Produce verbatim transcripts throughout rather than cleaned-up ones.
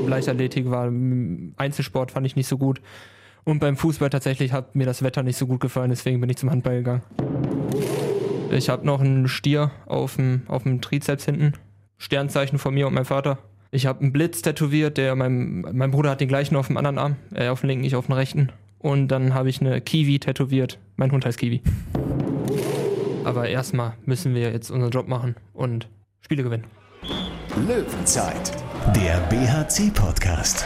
Leichtathletik war Einzelsport, fand ich nicht so gut. Und beim Fußball tatsächlich hat mir das Wetter nicht so gut gefallen, deswegen bin ich zum Handball gegangen. Ich habe noch einen Stier auf dem, auf dem Trizeps hinten. Sternzeichen von mir und meinem Vater. Ich habe einen Blitz tätowiert, der mein, mein Bruder hat den gleichen auf dem anderen Arm, äh, auf dem linken, ich auf dem rechten. Und dann habe ich eine Kiwi tätowiert. Mein Hund heißt Kiwi. Aber erstmal müssen wir jetzt unseren Job machen und Spiele gewinnen. Löwenzeit, der B H C-Podcast.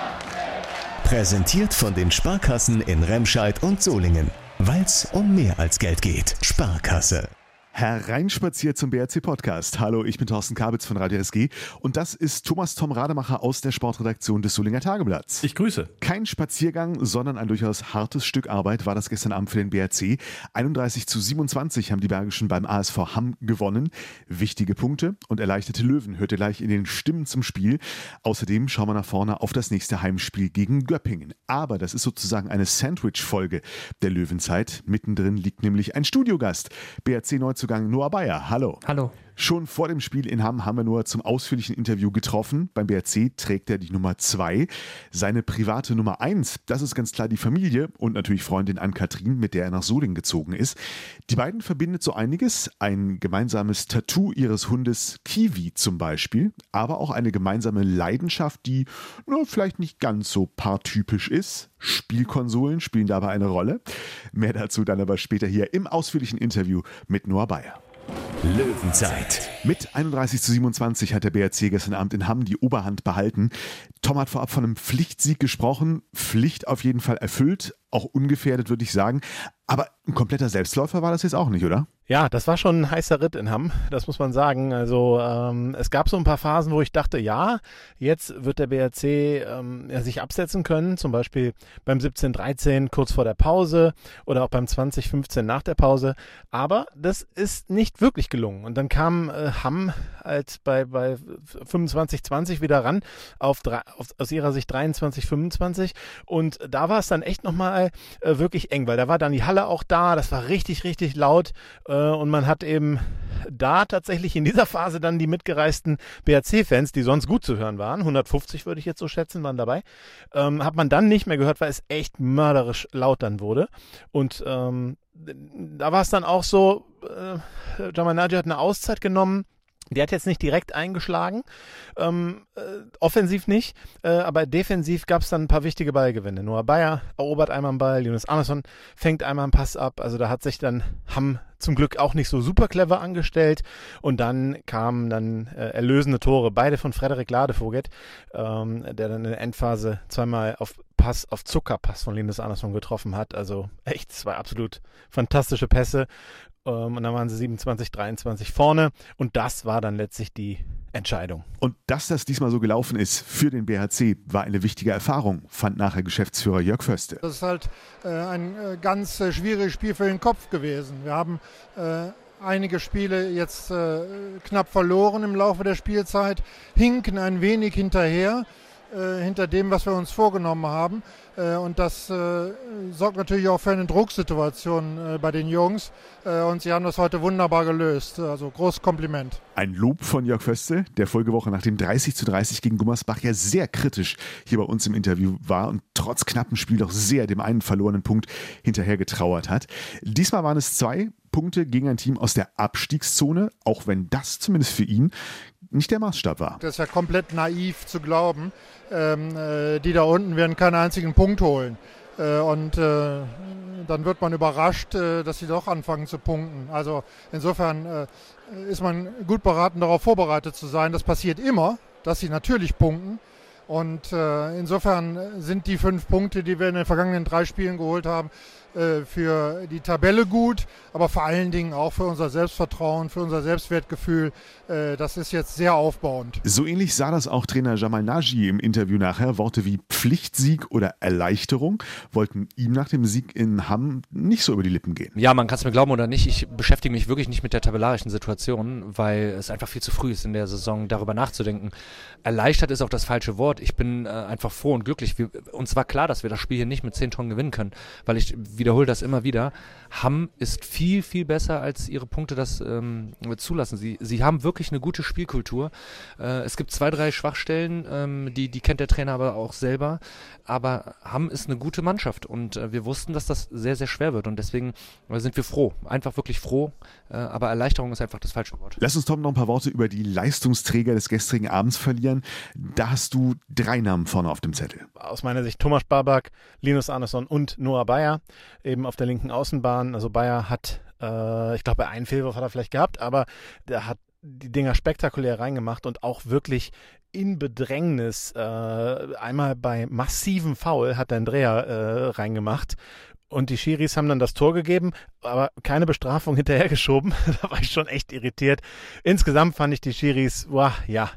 Präsentiert von den Sparkassen in Remscheid und Solingen. Weil's um mehr als Geld geht. Sparkasse. Hereinspaziert zum B R C-Podcast. Hallo, ich bin Thorsten Kabitz von Radio S G und das ist Thomas Tom Rademacher aus der Sportredaktion des Solinger Tageblatts. Ich grüße. Kein Spaziergang, sondern ein durchaus hartes Stück Arbeit war das gestern Abend für den B R C. einunddreißig zu siebenundzwanzig haben die Bergischen beim A S V Hamm gewonnen. Wichtige Punkte und erleichterte Löwen hört ihr gleich in den Stimmen zum Spiel. Außerdem schauen wir nach vorne auf das nächste Heimspiel gegen Göppingen. Aber das ist sozusagen eine Sandwich-Folge der Löwenzeit. Mittendrin liegt nämlich ein Studiogast. B R C-Neuzugang Noah Bayer. Hallo. Hallo. Schon vor dem Spiel in Hamm haben wir Noah zum ausführlichen Interview getroffen. Beim B R C trägt er die Nummer zwei. Seine private Nummer eins, das ist ganz klar die Familie und natürlich Freundin Ann-Kathrin, mit der er nach Solingen gezogen ist. Die beiden verbindet so einiges. Ein gemeinsames Tattoo ihres Hundes Kiwi zum Beispiel, aber auch eine gemeinsame Leidenschaft, die nur vielleicht nicht ganz so paartypisch ist. Spielkonsolen spielen dabei eine Rolle. Mehr dazu dann aber später hier im ausführlichen Interview mit Noah Bayer. Löwenzeit. Mit einunddreißig zu siebenundzwanzig hat der B R C gestern Abend in Hamm die Oberhand behalten. Tom hat vorab von einem Pflichtsieg gesprochen. Pflicht auf jeden Fall erfüllt, auch ungefährdet, würde ich sagen. Aber ein kompletter Selbstläufer war das jetzt auch nicht, oder? Ja, das war schon ein heißer Ritt in Hamm, das muss man sagen. Also ähm, es gab so ein paar Phasen, wo ich dachte, ja, jetzt wird der B R C ähm, ja, sich absetzen können, zum Beispiel beim siebzehn dreizehn kurz vor der Pause oder auch beim zwanzig fünfzehn nach der Pause. Aber das ist nicht wirklich gelungen. Und dann kam äh, Hamm als bei, bei fünfundzwanzig zwanzig wieder ran auf, auf aus ihrer Sicht dreiundzwanzig fünfundzwanzig. Und da war es dann echt nochmal äh, wirklich eng, weil da war dann die Halle auch da, das war richtig, richtig laut äh, und man hat eben da tatsächlich in dieser Phase dann die mitgereisten B R C-Fans, die sonst gut zu hören waren, hundertfünfzig würde ich jetzt so schätzen, waren dabei, ähm, hat man dann nicht mehr gehört, weil es echt mörderisch laut dann wurde. Und ähm, da war es dann auch so, äh, Jamal Nagy hat eine Auszeit genommen. Der hat jetzt nicht direkt eingeschlagen, ähm, äh, offensiv nicht, äh, aber defensiv gab es dann ein paar wichtige Ballgewinne. Noah Bayer erobert einmal einen Ball, Jonas Andersson fängt einmal einen Pass ab, also da hat sich dann Hamm zum Glück auch nicht so super clever angestellt und dann kamen dann äh, erlösende Tore, beide von Frederik Ladevogel, ähm, der dann in der Endphase zweimal auf Pass, auf Zuckerpass von Linus Andersson getroffen hat, also echt zwei absolut fantastische Pässe. Und dann waren sie siebenundzwanzig dreiundzwanzig vorne und das war dann letztlich die Entscheidung. Und dass das diesmal so gelaufen ist für den B H C, war eine wichtige Erfahrung, fand nachher Geschäftsführer Jörg Förste. Das ist halt äh, ein äh, ganz äh, schwieriges Spiel für den Kopf gewesen. Wir haben äh, einige Spiele jetzt äh, knapp verloren im Laufe der Spielzeit, hinken ein wenig hinterher. Äh, hinter dem, was wir uns vorgenommen haben. Äh, und das äh, sorgt natürlich auch für eine Drucksituation äh, bei den Jungs. Äh, und sie haben das heute wunderbar gelöst. Also großes Kompliment. Ein Lob von Jörg Förste, der Folgewoche nach dem dreißig zu dreißig gegen Gummersbach ja sehr kritisch hier bei uns im Interview war und trotz knappen Spiel doch sehr dem einen verlorenen Punkt hinterher getrauert hat. Diesmal waren es zwei Punkte gegen ein Team aus der Abstiegszone, auch wenn das zumindest für ihn nicht der Maßstab war. Das ist ja komplett naiv zu glauben, ähm, äh, die da unten werden keinen einzigen Punkt holen. Äh, und äh, dann wird man überrascht, äh, dass sie doch anfangen zu punkten. Also insofern äh, ist man gut beraten, darauf vorbereitet zu sein. Das passiert immer, dass sie natürlich punkten. Und äh, insofern sind die fünf Punkte, die wir in den vergangenen drei Spielen geholt haben, äh, für die Tabelle gut, aber vor allen Dingen auch für unser Selbstvertrauen, für unser Selbstwertgefühl. Äh, das ist jetzt sehr aufbauend. So ähnlich sah das auch Trainer Jamal Nagy im Interview nachher. Worte wie Pflichtsieg oder Erleichterung wollten ihm nach dem Sieg in Hamm nicht so über die Lippen gehen. Ja, man kann es mir glauben oder nicht. Ich beschäftige mich wirklich nicht mit der tabellarischen Situation, weil es einfach viel zu früh ist in der Saison, darüber nachzudenken. Erleichtert ist auch das falsche Wort. Ich bin äh, einfach froh und glücklich. Wir, uns war klar, dass wir das Spiel hier nicht mit zehn Tonnen gewinnen können, weil ich wieder wiederhole das immer wieder, Hamm ist viel, viel besser, als ihre Punkte das ähm, zulassen. Sie, sie haben wirklich eine gute Spielkultur. Äh, es gibt zwei, drei Schwachstellen, ähm, die, die kennt der Trainer aber auch selber. Aber Hamm ist eine gute Mannschaft und äh, wir wussten, dass das sehr, sehr schwer wird. Und deswegen äh, sind wir froh, einfach wirklich froh. Äh, aber Erleichterung ist einfach das falsche Wort. Lass uns, Tom, noch ein paar Worte über die Leistungsträger des gestrigen Abends verlieren. Da hast du drei Namen vorne auf dem Zettel. Aus meiner Sicht Thomas Babak, Linus Arneson und Noah Bayer eben auf der linken Außenbahn. Also Bayer hat, äh, ich glaube, einen Fehlwurf hat er vielleicht gehabt, aber der hat die Dinger spektakulär reingemacht und auch wirklich in Bedrängnis. Äh, einmal bei massivem Foul hat der Andrea äh, reingemacht. Und die Schiris haben dann das Tor gegeben, aber keine Bestrafung hinterhergeschoben. Da war ich schon echt irritiert. Insgesamt fand ich die Schiris, wow, ja,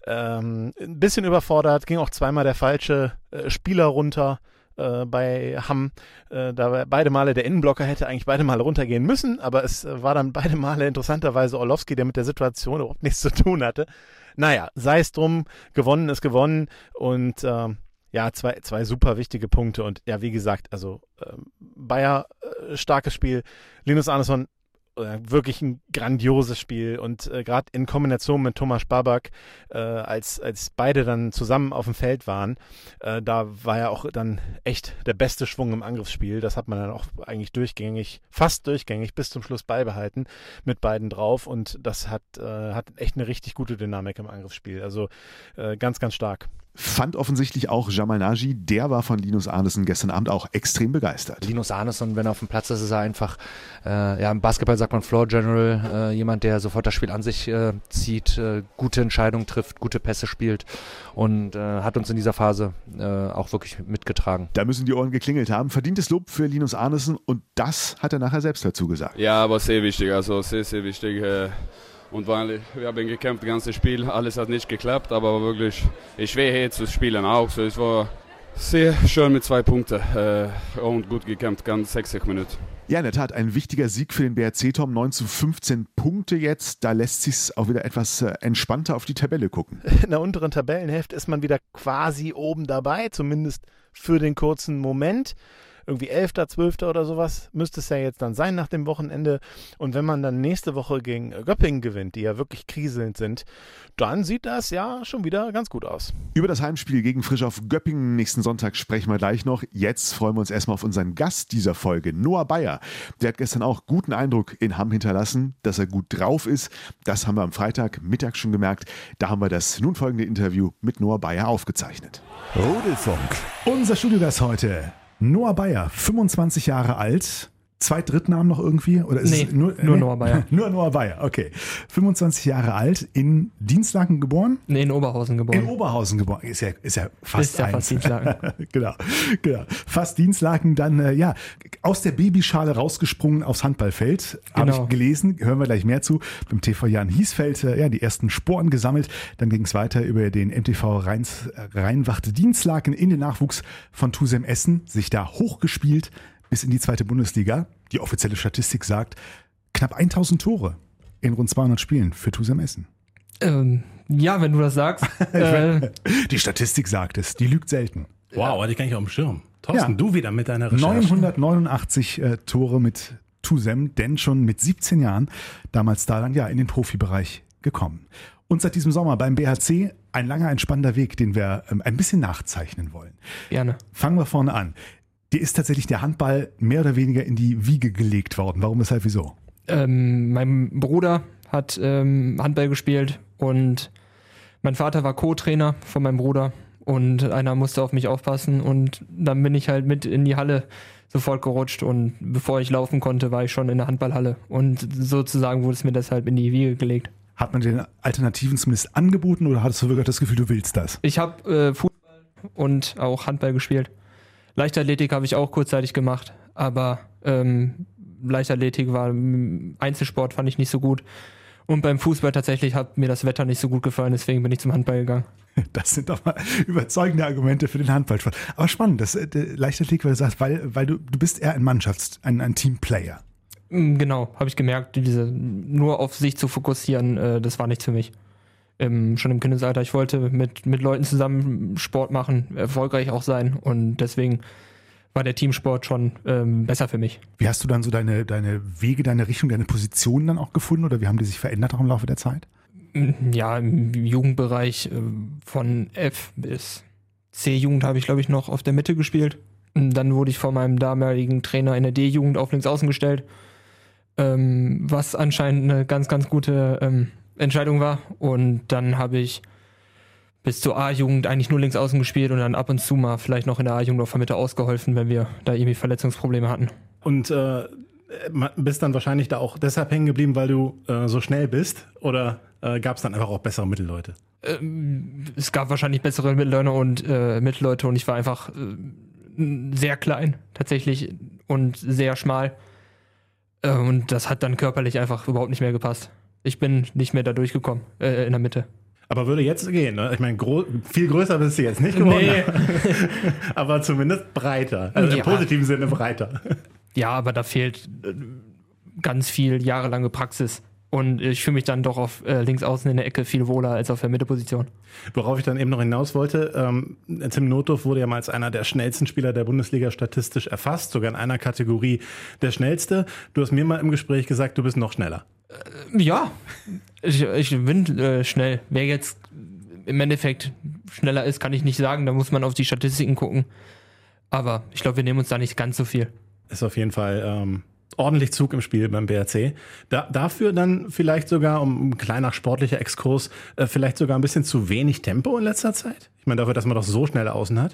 ähm, ein bisschen überfordert. Ging auch zweimal der falsche äh, Spieler runter äh, bei Hamm. Äh, da beide Male der Innenblocker hätte eigentlich beide Male runtergehen müssen, aber es äh, war dann beide Male interessanterweise Orlowski, der mit der Situation überhaupt nichts zu tun hatte. Naja, sei es drum, gewonnen ist gewonnen und ähm, ja, zwei, zwei super wichtige Punkte und ja, wie gesagt, also äh, Bayer, äh, starkes Spiel, Linus Arneson, äh, wirklich ein grandioses Spiel und äh, gerade in Kombination mit Thomas Babak, äh, als, als beide dann zusammen auf dem Feld waren, äh, da war ja auch dann echt der beste Schwung im Angriffsspiel, das hat man dann auch eigentlich durchgängig, fast durchgängig bis zum Schluss beibehalten mit beiden drauf und das hat, äh, hat echt eine richtig gute Dynamik im Angriffsspiel, also äh, ganz, ganz stark. Fand offensichtlich auch Jamal Nagy, der war von Linus Arneson gestern Abend auch extrem begeistert. Linus Arneson, wenn er auf dem Platz ist, ist er einfach, äh, ja, im Basketball sagt man Floor General, äh, jemand, der sofort das Spiel an sich äh, zieht, äh, gute Entscheidungen trifft, gute Pässe spielt und äh, hat uns in dieser Phase äh, auch wirklich mitgetragen. Da müssen die Ohren geklingelt haben. Verdientes Lob für Linus Arneson und das hat er nachher selbst dazu gesagt. Ja, aber sehr wichtig, also sehr, sehr wichtig. Äh Und weil wir haben gekämpft, das ganze Spiel, alles hat nicht geklappt, aber wirklich, ich schwer hier zu spielen auch. So, es war sehr schön mit zwei Punkten äh, und gut gekämpft, ganz sechzig Minuten. Ja, in der Tat, ein wichtiger Sieg für den B R C, Tom. neun zu fünfzehn Punkte jetzt. Da lässt sich auch wieder etwas äh, entspannter auf die Tabelle gucken. In der unteren Tabellenhälfte ist man wieder quasi oben dabei, zumindest für den kurzen Moment. Irgendwie elfter, zwölfter oder sowas müsste es ja jetzt dann sein nach dem Wochenende. Und wenn man dann nächste Woche gegen Göppingen gewinnt, die ja wirklich kriselnd sind, dann sieht das ja schon wieder ganz gut aus. Über das Heimspiel gegen Frisch auf Göppingen nächsten Sonntag sprechen wir gleich noch. Jetzt freuen wir uns erstmal auf unseren Gast dieser Folge, Noah Bayer. Der hat gestern auch guten Eindruck in Hamm hinterlassen, dass er gut drauf ist. Das haben wir am Freitag Mittag schon gemerkt. Da haben wir das nun folgende Interview mit Noah Bayer aufgezeichnet. Rudelfunk. Unser Studiogast heute, Noah Bayer, fünfundzwanzig Jahre alt. Zwei Drittnamen noch irgendwie? Oder ist nee, es nur, nur nee? Noah Bayer. Nur Noah Bayer, okay. fünfundzwanzig Jahre alt, in Dienstlaken geboren? Nee, in Oberhausen geboren. In Oberhausen geboren. Ist ja, ist ja fast ist ja eins. fast Dienstlaken. genau, genau. Fast Dienstlaken, dann äh, ja, aus der Babyschale rausgesprungen aufs Handballfeld. Habe Genau. ich gelesen, hören wir gleich mehr zu. Beim T V Jan Hiesfeld, äh, ja, die ersten Sporen gesammelt. Dann ging es weiter über den M T V Rheins, äh, Rheinwacht Dienstlaken in den Nachwuchs von Tusem Essen. Sich da hochgespielt bis in die zweite Bundesliga. Die offizielle Statistik sagt, knapp tausend Tore in rund zweihundert Spielen für Tusem Essen. Ähm, ja, wenn du das sagst. äh, Die Statistik sagt es, die lügt selten. Wow, hatte ich gar nicht auf dem Schirm. Thorsten, Ja. du wieder mit deiner Recherche. neunhundertneunundachtzig äh, Tore mit Tusem, denn schon mit siebzehn Jahren damals da dann ja in den Profibereich gekommen. Und seit diesem Sommer beim B H C ein langer, ein spannender Weg, den wir ähm, ein bisschen nachzeichnen wollen. gerne. Fangen wir vorne an. Dir ist tatsächlich der Handball mehr oder weniger in die Wiege gelegt worden. Warum, weshalb, wieso? Ähm, mein Bruder hat ähm, Handball gespielt und mein Vater war Co-Trainer von meinem Bruder und einer musste auf mich aufpassen und dann bin ich halt mit in die Halle sofort gerutscht und bevor ich laufen konnte, war ich schon in der Handballhalle und sozusagen wurde es mir deshalb in die Wiege gelegt. Hat man dir Alternativen zumindest angeboten oder hattest du wirklich das Gefühl, du willst das? Ich habe äh, Fußball und auch Handball gespielt. Leichtathletik habe ich auch kurzzeitig gemacht, aber ähm, Leichtathletik war Einzelsport, fand ich nicht so gut. Und beim Fußball tatsächlich hat mir das Wetter nicht so gut gefallen, deswegen bin ich zum Handball gegangen. Das sind doch mal überzeugende Argumente für den Handballsport. Aber spannend, das äh, Leichtathletik, weil du sagst, weil, weil du, du bist eher ein Mannschafts-, ein, ein Teamplayer. Genau, habe ich gemerkt, diese nur auf sich zu fokussieren, äh, das war nichts für mich. Ähm, schon im Kindesalter, ich wollte mit, mit Leuten zusammen Sport machen, erfolgreich auch sein und deswegen war der Teamsport schon ähm, besser für mich. Wie hast du dann so deine, deine Wege, deine Richtung, deine Position dann auch gefunden oder wie haben die sich verändert auch im Laufe der Zeit? Ja, im Jugendbereich äh, von F bis C-Jugend habe ich, glaube ich, noch auf der Mitte gespielt. Und dann wurde ich von meinem damaligen Trainer in der D-Jugend auf links außen gestellt, ähm, was anscheinend eine ganz, ganz gute ähm, Entscheidung war. Und dann habe ich bis zur A-Jugend eigentlich nur links außen gespielt und dann ab und zu mal vielleicht noch in der A-Jugend auf der Mitte ausgeholfen, wenn wir da irgendwie Verletzungsprobleme hatten. Und äh, bist dann wahrscheinlich da auch deshalb hängen geblieben, weil du äh, so schnell bist? Oder äh, gab es dann einfach auch bessere Mittelleute? Ähm, es gab wahrscheinlich bessere Mittelleute und äh, Mittelleute und ich war einfach äh, sehr klein tatsächlich und sehr schmal. Äh, und das hat dann körperlich einfach überhaupt nicht mehr gepasst. Ich bin nicht mehr da durchgekommen äh, in der Mitte. Aber würde jetzt gehen, ne? Ich meine, gro- viel größer bist du jetzt nicht geworden. Nee. Aber zumindest breiter. Also ja. Im positiven Sinne breiter. Ja, aber da fehlt äh, ganz viel jahrelange Praxis. Und ich fühle mich dann doch auf äh, links außen in der Ecke viel wohler als auf der Mitteposition. Worauf ich dann eben noch hinaus wollte, ähm, Tim Notdurf wurde ja mal als einer der schnellsten Spieler der Bundesliga statistisch erfasst, sogar in einer Kategorie der schnellste. Du hast mir mal im Gespräch gesagt, du bist noch schneller. Äh, ja, ich, ich bin äh, schnell. Wer jetzt im Endeffekt schneller ist, kann ich nicht sagen. Da muss man auf die Statistiken gucken. Aber ich glaube, wir nehmen uns da nicht ganz so viel. Ist auf jeden Fall ähm, ordentlich Zug im Spiel beim B R C. Da, dafür dann vielleicht sogar, um ein kleiner sportlicher Exkurs, äh, vielleicht sogar ein bisschen zu wenig Tempo in letzter Zeit? Ich meine, dafür, dass man doch so schnelle Außen hat.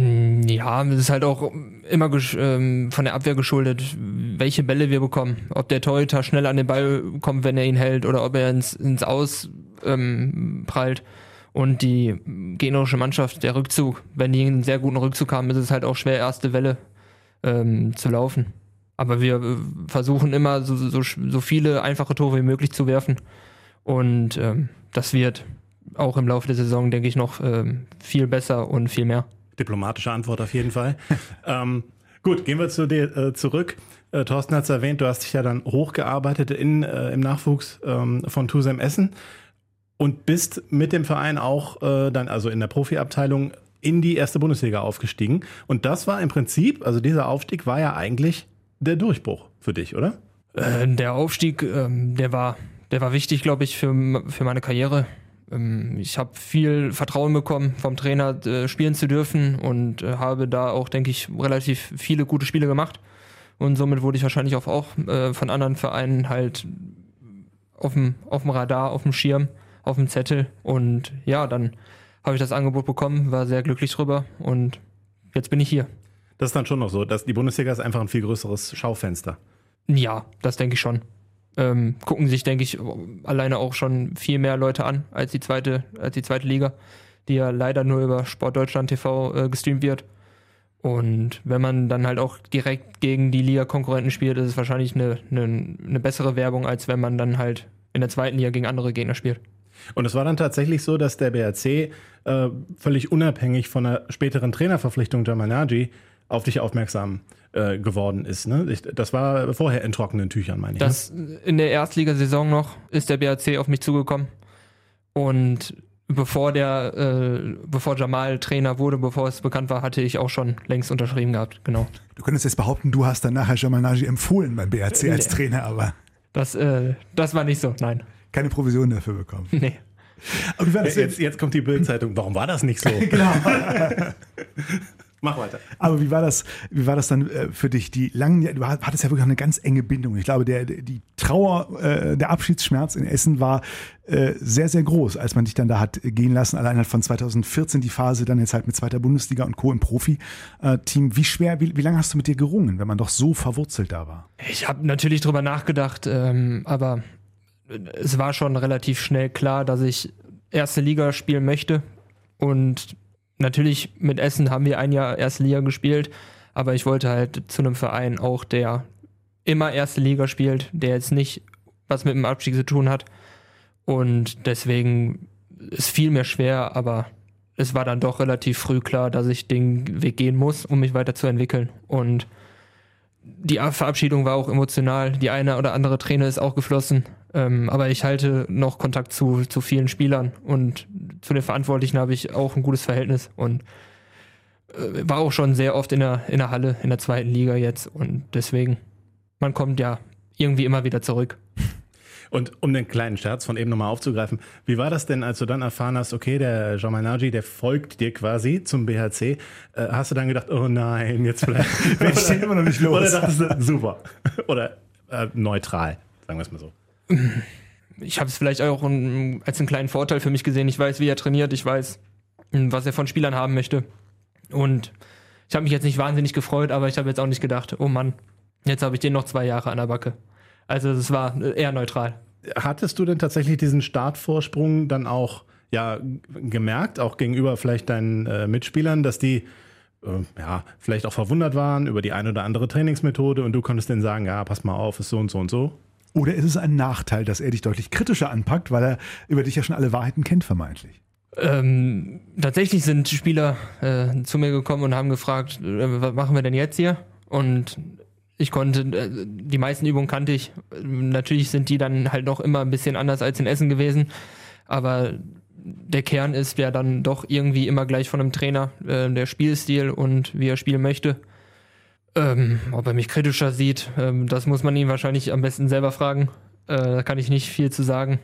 Ja, es ist halt auch immer gesch- ähm, von der Abwehr geschuldet, welche Bälle wir bekommen. Ob der Torhüter schnell an den Ball kommt, wenn er ihn hält, oder ob er ins, ins Aus ähm, prallt. Und die gegnerische Mannschaft, der Rückzug, wenn die einen sehr guten Rückzug haben, ist es halt auch schwer, erste Welle ähm, zu laufen. Aber wir äh, versuchen immer, so, so, so viele einfache Tore wie möglich zu werfen. Und ähm, das wird auch im Laufe der Saison, denke ich, noch ähm, viel besser und viel mehr. Diplomatische Antwort auf jeden Fall. ähm, gut, gehen wir zu dir äh, zurück. Äh, Thorsten hat es erwähnt, du hast dich ja dann hochgearbeitet in, äh, im Nachwuchs ähm, von Tusem Essen und bist mit dem Verein auch äh, dann, also in der Profiabteilung, in die erste Bundesliga aufgestiegen. Und das war im Prinzip, also dieser Aufstieg war ja eigentlich der Durchbruch für dich, oder? Äh, der Aufstieg, ähm, der war, der war wichtig, glaube ich, für, für meine Karriere. Ich habe viel Vertrauen bekommen, vom Trainer äh, spielen zu dürfen und äh, habe da auch, denke ich, relativ viele gute Spiele gemacht. Und somit wurde ich wahrscheinlich auch, auch äh, von anderen Vereinen halt auf dem auf dem Radar, auf dem Schirm, auf dem Zettel. Und ja, dann habe ich das Angebot bekommen, war sehr glücklich drüber und jetzt bin ich hier. Das ist dann schon noch so, dass die Bundesliga ist einfach ein viel größeres Schaufenster. Ja, das denke ich schon. Ähm, gucken sich, denke ich, alleine auch schon viel mehr Leute an als die zweite, als die zweite Liga, die ja leider nur über Sportdeutschland T V äh, gestreamt wird. Und wenn man dann halt auch direkt gegen die Liga-Konkurrenten spielt, ist es wahrscheinlich eine, eine, eine bessere Werbung, als wenn man dann halt in der zweiten Liga gegen andere Gegner spielt. Und es war dann tatsächlich so, dass der B R C äh, völlig unabhängig von der späteren Trainerverpflichtung Jamal Naji auf dich aufmerksam äh, geworden ist. Ne? Ich, das war vorher in trockenen Tüchern, meine ich. Das, ne? In der Erstligasaison noch ist der B R C auf mich zugekommen. Und bevor der, äh, bevor Jamal Trainer wurde, bevor es bekannt war, hatte ich auch schon längst unterschrieben gehabt, genau. Du könntest jetzt behaupten, du hast dann nachher Jamal Naji empfohlen beim B R C als Nee. Trainer, aber Das, äh, das war nicht so, nein. keine Provision dafür bekommen. Nee. Aber wie war das Jetzt, jetzt, jetzt kommt die Bild-Zeitung. Warum war das nicht so? Genau. Mach weiter. Aber wie war das, wie war das dann äh, für dich? Die langen, du hattest ja wirklich eine ganz enge Bindung. Ich glaube, der, die Trauer, äh, der Abschiedsschmerz in Essen war äh, sehr, sehr groß, als man dich dann da hat gehen lassen. Allein halt von zweitausendvierzehn die Phase dann jetzt halt mit zweiter Bundesliga und Co. im Profi-Team. Wie schwer, wie, wie lange hast du mit dir gerungen, wenn man doch so verwurzelt da war? Ich habe natürlich drüber nachgedacht, ähm, aber es war schon relativ schnell klar, dass ich erste Liga spielen möchte. Und natürlich mit Essen haben wir ein Jahr erste Liga gespielt, aber ich wollte halt zu einem Verein auch, der immer erste Liga spielt, der jetzt nicht was mit dem Abstieg zu tun hat. Und deswegen ist viel mehr schwer, aber es war dann doch relativ früh klar, dass ich den Weg gehen muss, um mich weiterzuentwickeln. Und die Verabschiedung war auch emotional. Die eine oder andere Träne ist auch geflossen. Ähm, aber ich halte noch Kontakt zu, zu vielen Spielern und zu den Verantwortlichen habe ich auch ein gutes Verhältnis. Und Äh, war auch schon sehr oft in der, in der Halle, in der zweiten Liga jetzt und deswegen, man kommt ja irgendwie immer wieder zurück. Und um den kleinen Scherz von eben nochmal aufzugreifen, wie war das denn, als du dann erfahren hast, okay, der Jean Nagy, der folgt dir quasi zum B H C, äh, hast du dann gedacht, oh nein, jetzt vielleicht werde ich den immer noch nicht los? Oder dachtest du, super. Oder äh, neutral, sagen wir es mal so. Ich habe es vielleicht auch ein, als einen kleinen Vorteil für mich gesehen. Ich weiß, wie er trainiert, ich weiß, was er von Spielern haben möchte. Und ich habe mich jetzt nicht wahnsinnig gefreut, aber ich habe jetzt auch nicht gedacht, oh Mann, jetzt habe ich den noch zwei Jahre an der Backe. Also es war eher neutral. Hattest du denn tatsächlich diesen Startvorsprung dann auch ja, gemerkt, auch gegenüber vielleicht deinen äh, Mitspielern, dass die äh, ja, vielleicht auch verwundert waren über die eine oder andere Trainingsmethode und du konntest denen sagen, ja, pass mal auf, ist so und so und so? Oder ist es ein Nachteil, dass er dich deutlich kritischer anpackt, weil er über dich ja schon alle Wahrheiten kennt, vermeintlich? Ähm, tatsächlich sind Spieler äh, zu mir gekommen und haben gefragt, äh, was machen wir denn jetzt hier? Und ich konnte, äh, die meisten Übungen kannte ich. Natürlich sind die dann halt noch immer ein bisschen anders als in Essen gewesen, aber der Kern ist ja dann doch irgendwie immer gleich von einem Trainer, äh, der Spielstil und wie er spielen möchte. Ähm, ob er mich kritischer sieht, ähm, das muss man ihn wahrscheinlich am besten selber fragen. Äh, da kann ich nicht viel zu sagen.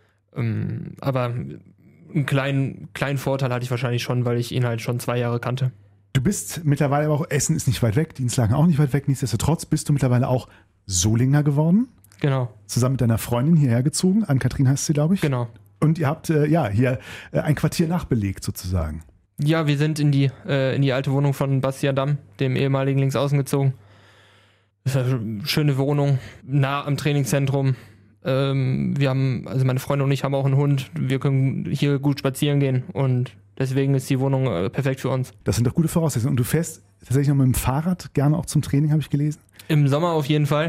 Ähm, aber einen kleinen, kleinen Vorteil hatte ich wahrscheinlich schon, weil ich ihn halt schon zwei Jahre kannte. Du bist mittlerweile aber auch, Essen ist nicht weit weg, Dienstlaken auch nicht weit weg, nichtsdestotrotz bist du mittlerweile auch Solinger geworden. Genau. Zusammen mit deiner Freundin hierher gezogen, Ann-Kathrin heißt sie, glaube ich. Genau. Und ihr habt äh, ja hier äh, ein Quartier nachbelegt sozusagen. Ja, wir sind in die, äh, in die alte Wohnung von Bastian Damm, dem ehemaligen Linksaußen, gezogen. Das ist eine schöne Wohnung, nah am Trainingszentrum. Ähm, wir haben, also meine Freundin und ich haben auch einen Hund. Wir können hier gut spazieren gehen und deswegen ist die Wohnung äh, perfekt für uns. Das sind doch gute Voraussetzungen. Und du fährst tatsächlich noch mit dem Fahrrad gerne auch zum Training, habe ich gelesen? Im Sommer auf jeden Fall.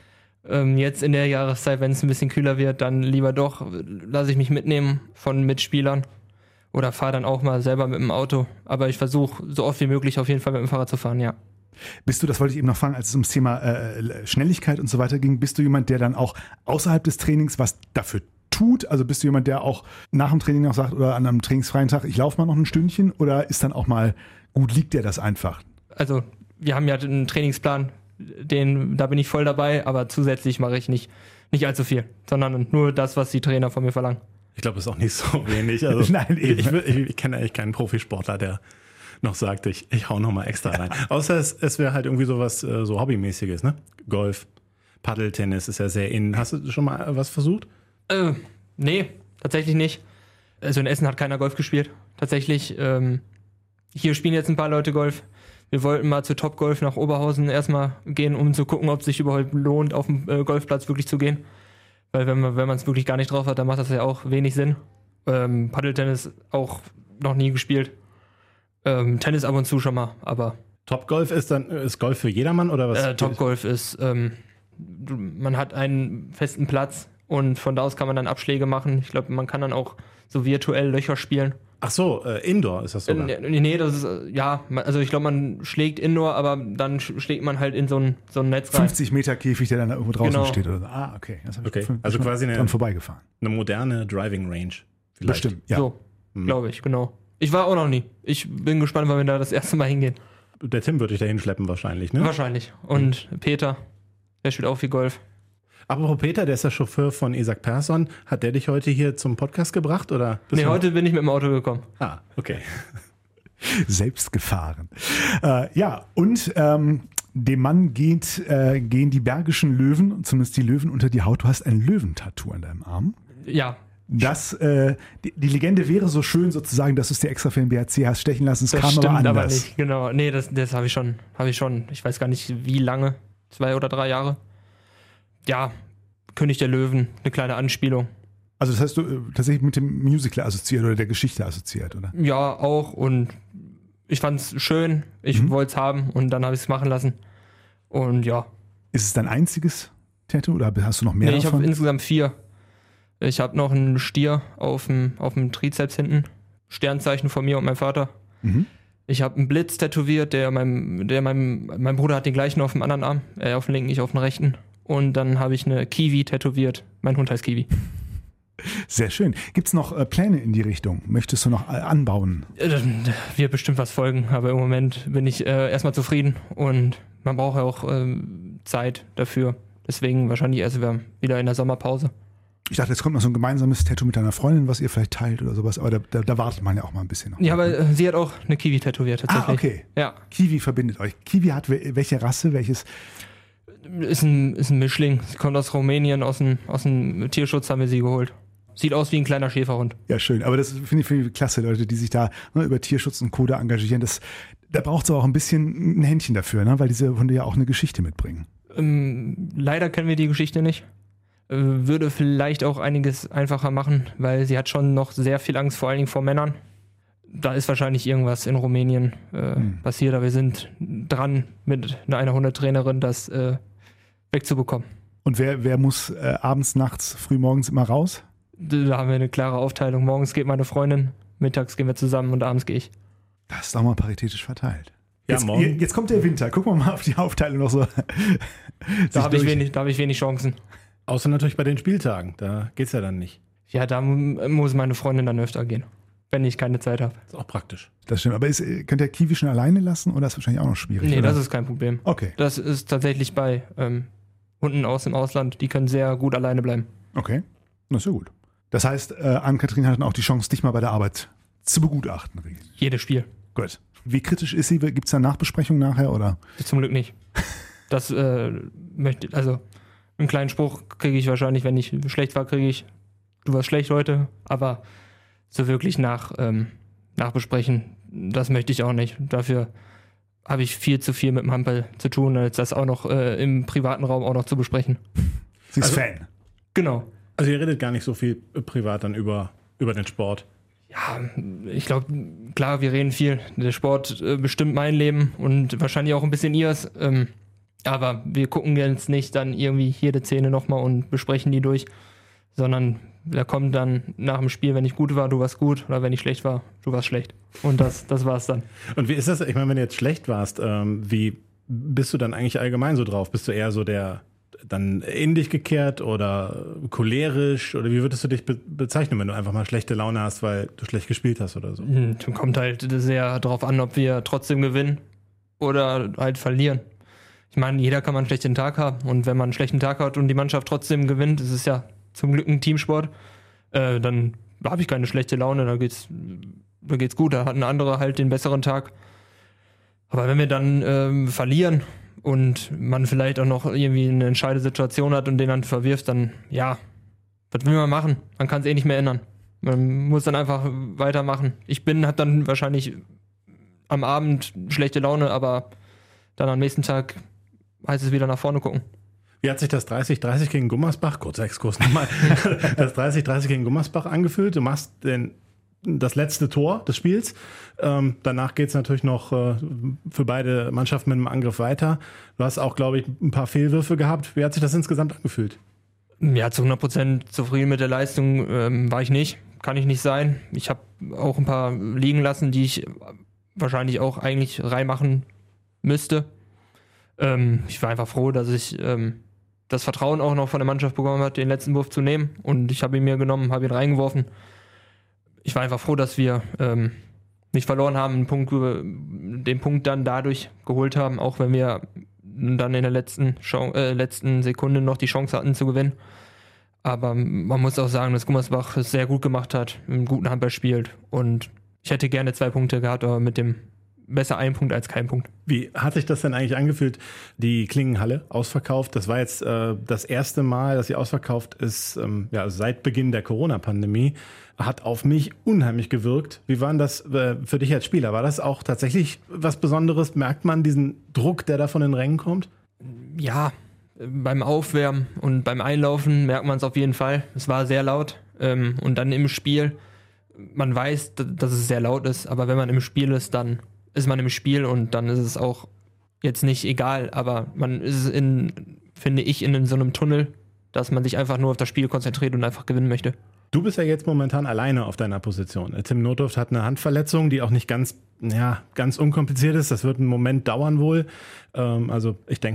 Ähm, jetzt in der Jahreszeit, wenn es ein bisschen kühler wird, dann lieber doch, lasse ich mich mitnehmen von Mitspielern oder fahre dann auch mal selber mit dem Auto. Aber ich versuche so oft wie möglich auf jeden Fall mit dem Fahrrad zu fahren, ja. Bist du, das wollte ich eben noch fragen, als es ums Thema äh, Schnelligkeit und so weiter ging, bist du jemand, der dann auch außerhalb des Trainings was dafür tut? Also bist du jemand, der auch nach dem Training noch sagt oder an einem trainingsfreien Tag, ich laufe mal noch ein Stündchen, oder ist dann auch mal, gut, liegt dir das einfach? Also wir haben ja einen Trainingsplan, den, da bin ich voll dabei, aber zusätzlich mache ich nicht, nicht allzu viel, sondern nur das, was die Trainer von mir verlangen. Ich glaube, das ist auch nicht so wenig. Also, Nein, eben. Ich, ich, ich kenne eigentlich keinen Profisportler, der noch sagt, ich, ich hau noch mal extra rein. Ja. Außer es, es wäre halt irgendwie sowas äh, so Hobbymäßiges, ne? Golf, Paddeltennis ist ja sehr in. Hast du schon mal was versucht? Äh, nee, tatsächlich nicht. Also in Essen hat keiner Golf gespielt. Tatsächlich, ähm, hier spielen jetzt ein paar Leute Golf. Wir wollten mal zu Top Golf nach Oberhausen erstmal gehen, um zu gucken, ob es sich überhaupt lohnt, auf dem äh, Golfplatz wirklich zu gehen. Weil wenn man wenn man es wirklich gar nicht drauf hat, dann macht das ja auch wenig Sinn. Ähm, Paddeltennis auch noch nie gespielt. Ähm, Tennis ab und zu schon mal, aber... Topgolf ist dann ist Golf für jedermann oder was? Äh, Topgolf ist, ähm, man hat einen festen Platz und von da aus kann man dann Abschläge machen. Ich glaube, man kann dann auch so virtuell Löcher spielen. Ach so, äh, Indoor ist das so? Äh, nee, das ist, äh, ja, also ich glaube, man schlägt Indoor, aber dann sch- schlägt man halt in so ein, so ein Netz rein. fünfzig Meter Käfig, der dann da irgendwo draußen Genau. steht. Oder so. Ah, okay. Das hab ich Okay, schon- also schon quasi eine- dran vorbeigefahren. Eine moderne Driving Range. Vielleicht. Bestimmt, ja. So, Hm. glaube ich, genau. Ich war auch noch nie. Ich bin gespannt, wann wir da das erste Mal hingehen. Der Tim würde dich da hinschleppen wahrscheinlich, ne? Wahrscheinlich. Und Peter, der spielt auch viel Golf. Apropos Peter, der ist der Chauffeur von Isaac Persson. Hat der dich heute hier zum Podcast gebracht? Oder bist Nee, du- heute bin ich mit dem Auto gekommen. Ah, okay. Selbst gefahren. Äh, ja, und ähm, dem Mann geht, äh, gehen die Bergischen Löwen, zumindest die Löwen unter die Haut. Du hast ein Löwentattoo an deinem Arm. Ja, Das, äh, die, die Legende wäre so schön sozusagen, dass du es dir extra für den B H C hast stechen lassen. Es das kam stimmt aber aber, anders. nicht. Genau, nee, das, das habe ich schon, habe ich schon. Ich weiß gar nicht, wie lange, zwei oder drei Jahre. Ja, König der Löwen, eine kleine Anspielung. Also das heißt, du äh, tatsächlich mit dem Musical assoziiert oder der Geschichte assoziiert, oder? Ja, auch, und ich fand's schön, ich Mhm. wollte es haben und dann habe ich es machen lassen. Und ja, Ist es dein einziges Tattoo oder hast du noch mehr nee, ich habe davon? insgesamt vier. Ich habe noch einen Stier auf dem, auf dem Trizeps hinten, Sternzeichen von mir und meinem Vater. Mhm. Ich habe einen Blitz tätowiert, der meinem, der meinem, mein Bruder hat den gleichen auf dem anderen Arm, äh, auf dem linken, ich auf dem rechten. Und dann habe ich eine Kiwi tätowiert. Mein Hund heißt Kiwi. Sehr schön. Gibt es noch äh, Pläne in die Richtung? Möchtest du noch äh, anbauen? Wird bestimmt was folgen, aber im Moment bin ich äh, erstmal zufrieden und man braucht ja auch ähm, Zeit dafür. Deswegen wahrscheinlich erst wieder in der Sommerpause. Ich dachte, jetzt kommt noch so ein gemeinsames Tattoo mit deiner Freundin, was ihr vielleicht teilt oder sowas, aber da, da, da wartet man ja auch mal ein bisschen noch. Ja, aber äh, sie hat auch eine Kiwi tätowiert tatsächlich. Ah, okay. Ja. Kiwi verbindet euch. Kiwi hat we- welche Rasse, welches? Ist ein, ist ein Mischling. Sie kommt aus Rumänien, aus dem, aus dem Tierschutz haben wir sie geholt. Sieht aus wie ein kleiner Schäferhund. Ja, schön. Aber das finde ich, find ich klasse, Leute, die sich da ne, über Tierschutz und Co. da engagieren. Das, da braucht es auch ein bisschen ein Händchen dafür, ne, weil diese Hunde ja auch eine Geschichte mitbringen. Ähm, leider kennen wir die Geschichte nicht. Äh, würde vielleicht auch einiges einfacher machen, weil sie hat schon noch sehr viel Angst, vor allen Dingen vor Männern. Da ist wahrscheinlich irgendwas in Rumänien äh, hm. passiert, aber wir sind dran mit einer Hundetrainerin, das äh, wegzubekommen. Und wer, wer muss äh, abends, nachts, frühmorgens immer raus? Da haben wir eine klare Aufteilung. Morgens geht meine Freundin, mittags gehen wir zusammen und abends gehe ich. Das ist doch mal paritätisch verteilt. Ja, jetzt, morgen. jetzt kommt der Winter. Gucken wir mal auf die Aufteilung noch so. Da habe ich, wenig, da hab ich wenig Chancen. Außer natürlich bei den Spieltagen. Da geht's ja dann nicht. Ja, da muss meine Freundin dann öfter gehen, wenn ich keine Zeit habe. Ist auch praktisch. Das stimmt. Aber ist, könnt ihr Kiwi schon alleine lassen oder ist das wahrscheinlich auch noch schwierig? Nee, oder? das ist kein Problem. Okay. Das ist tatsächlich bei ähm, Hunden aus dem Ausland, die können sehr gut alleine bleiben. Okay, das ist ja gut. Das heißt, äh, Ann-Kathrin hat dann auch die Chance, dich mal bei der Arbeit zu begutachten. Jedes Spiel. Gut. Wie kritisch ist sie? Gibt es da Nachbesprechung nachher, oder? Zum Glück nicht. Das äh, möchte, also einen kleinen Spruch kriege ich wahrscheinlich, wenn ich schlecht war, kriege ich, du warst schlecht heute, aber so wirklich nach, ähm, nachbesprechen, das möchte ich auch nicht. Dafür habe ich viel zu viel mit dem Handball zu tun, als das auch noch äh, im privaten Raum auch noch zu besprechen. Sie ist Also- Fan. Genau. Also ihr redet gar nicht so viel privat dann über, über den Sport. Ja, ich glaube, klar, wir reden viel. Der Sport äh, bestimmt mein Leben und wahrscheinlich auch ein bisschen ihres. Ähm, aber wir gucken jetzt nicht dann irgendwie jede Szene nochmal und besprechen die durch, sondern da kommt dann nach dem Spiel, wenn ich gut war, du warst gut, oder wenn ich schlecht war, du warst schlecht. Und das, das war's dann. Und wie ist das? Ich meine, wenn du jetzt schlecht warst, ähm, wie bist du dann eigentlich allgemein so drauf? Bist du eher so der dann in dich gekehrt oder cholerisch? Oder wie würdest du dich be- bezeichnen, wenn du einfach mal schlechte Laune hast, weil du schlecht gespielt hast oder so? Hm, kommt halt sehr drauf an, ob wir trotzdem gewinnen oder halt verlieren. Ich meine, jeder kann mal einen schlechten Tag haben und wenn man einen schlechten Tag hat und die Mannschaft trotzdem gewinnt, ist es ja zum Glück ein Teamsport, äh, dann habe ich keine schlechte Laune, da geht's, da geht's gut, da hat ein anderer halt den besseren Tag. Aber wenn wir dann ähm, verlieren und man vielleicht auch noch irgendwie eine entscheidende Situation hat und den dann verwirft, dann ja, was will man machen? Man kann es eh nicht mehr ändern. Man muss dann einfach weitermachen. Ich bin, hab dann wahrscheinlich am Abend schlechte Laune, aber dann am nächsten Tag heißt es wieder nach vorne gucken. Wie hat sich das dreißig dreißig gegen Gummersbach, kurzer Exkurs nochmal, das dreißig dreißig gegen Gummersbach angefühlt? Du machst den, das letzte Tor des Spiels. Ähm, danach geht es natürlich noch äh, für beide Mannschaften mit dem Angriff weiter. Du hast auch, glaube ich, ein paar Fehlwürfe gehabt. Wie hat sich das insgesamt angefühlt? Ja, zu hundert Prozent zufrieden mit der Leistung ähm, war ich nicht. Kann ich nicht sein. Ich habe auch ein paar liegen lassen, die ich wahrscheinlich auch eigentlich reinmachen müsste. Ähm, ich war einfach froh, dass ich ähm, das Vertrauen auch noch von der Mannschaft bekommen habe, den letzten Wurf zu nehmen. Und ich habe ihn mir genommen, habe ihn reingeworfen. Ich war einfach froh, dass wir ähm, nicht verloren haben, einen Punkt, den Punkt dann dadurch geholt haben, auch wenn wir dann in der letzten, Chance, äh, letzten Sekunde noch die Chance hatten zu gewinnen. Aber man muss auch sagen, dass Gummersbach es sehr gut gemacht hat, einen guten Handball spielt. Und ich hätte gerne zwei Punkte gehabt, aber mit dem besser ein Punkt als kein Punkt. Wie hat sich das denn eigentlich angefühlt? Die Klingenhalle ausverkauft. Das war jetzt äh, das erste Mal, dass sie ausverkauft ist, ähm, ja, seit Beginn der Corona-Pandemie. Hat auf mich unheimlich gewirkt. Wie war denn das äh, für dich als Spieler? War das auch tatsächlich was Besonderes? Merkt man diesen Druck, der da von den Rängen kommt? Ja, beim Aufwärmen und beim Einlaufen merkt man es auf jeden Fall. Es war sehr laut. Ähm, und dann im Spiel, man weiß, dass es sehr laut ist, aber wenn man im Spiel ist, dann ist man im Spiel und dann ist es auch jetzt nicht egal, aber man ist in, finde ich, in so einem Tunnel, dass man sich einfach nur auf das Spiel konzentriert und einfach gewinnen möchte. Du bist ja jetzt momentan alleine auf deiner Position. Tim Notdurft hat eine Handverletzung, die auch nicht ganz, ja, ganz unkompliziert ist. Das wird einen Moment dauern wohl. Ähm, also ich denke mal,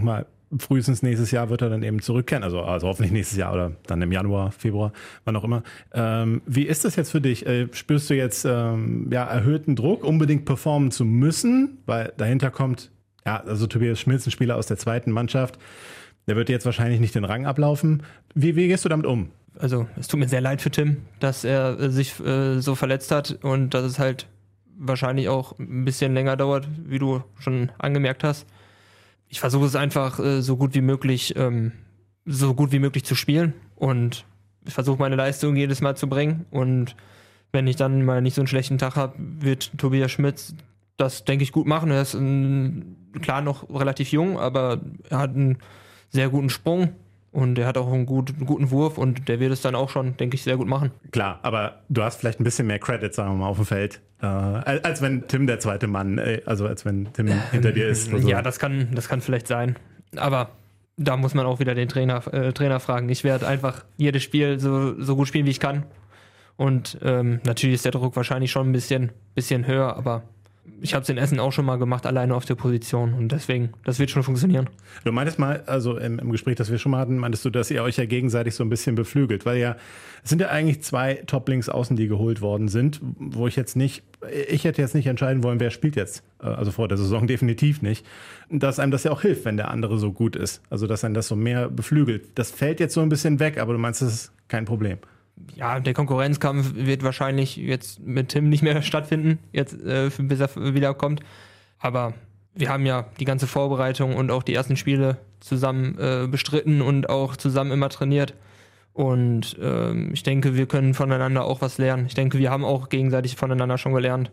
frühestens nächstes Jahr wird er dann eben zurückkehren, also, also hoffentlich nächstes Jahr oder dann im Januar, Februar, wann auch immer. Ähm, wie ist das jetzt für dich? Äh, spürst du jetzt ähm, ja, erhöhten Druck, unbedingt performen zu müssen? Weil dahinter kommt, ja, also Tobias Schmilz, ein Spieler aus der zweiten Mannschaft, der wird jetzt wahrscheinlich nicht den Rang ablaufen. Wie, wie gehst du damit um? Also es tut mir sehr leid für Tim, dass er äh, sich äh, so verletzt hat und dass es halt wahrscheinlich auch ein bisschen länger dauert, wie du schon angemerkt hast. Ich versuche es einfach äh, so gut wie möglich, ähm, so gut wie möglich zu spielen und ich versuche meine Leistung jedes Mal zu bringen und wenn ich dann mal nicht so einen schlechten Tag habe, wird Tobias Schmitz das, denke ich, gut machen. Er ist ähm, klar noch relativ jung, aber er hat einen sehr guten Sprung. Und er hat auch einen, gut, einen guten Wurf und der wird es dann auch schon, denke ich, sehr gut machen. Klar, aber du hast vielleicht ein bisschen mehr Credit, sagen wir mal, auf dem Feld, äh, als wenn Tim der zweite Mann, äh, also als wenn Tim hinter dir ist. So. Ja, das kann, das kann vielleicht sein. Aber da muss man auch wieder den Trainer, äh, Trainer fragen. Ich werde einfach jedes Spiel so, so gut spielen, wie ich kann. Und ähm, natürlich ist der Druck wahrscheinlich schon ein bisschen, bisschen höher, aber ich habe es in Essen auch schon mal gemacht, alleine auf der Position und deswegen, das wird schon funktionieren. Du meintest mal, also im, im Gespräch, das wir schon mal hatten, meintest du, dass ihr euch ja gegenseitig so ein bisschen beflügelt, weil ja, es sind ja eigentlich zwei Top-Links-Außen, die geholt worden sind, wo ich jetzt nicht, ich hätte jetzt nicht entscheiden wollen, wer spielt jetzt, also vor der Saison definitiv nicht, dass einem das ja auch hilft, wenn der andere so gut ist, also dass einem das so mehr beflügelt. Das fällt jetzt so ein bisschen weg, aber du meinst, das ist kein Problem. Ja, der Konkurrenzkampf wird wahrscheinlich jetzt mit Tim nicht mehr stattfinden, jetzt äh, bis er wiederkommt. Aber wir haben ja die ganze Vorbereitung und auch die ersten Spiele zusammen äh, bestritten und auch zusammen immer trainiert. Und ähm, ich denke, wir können voneinander auch was lernen. Ich denke, wir haben auch gegenseitig voneinander schon gelernt.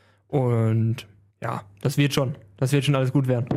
Und ja, das wird schon. Das wird schon alles gut werden.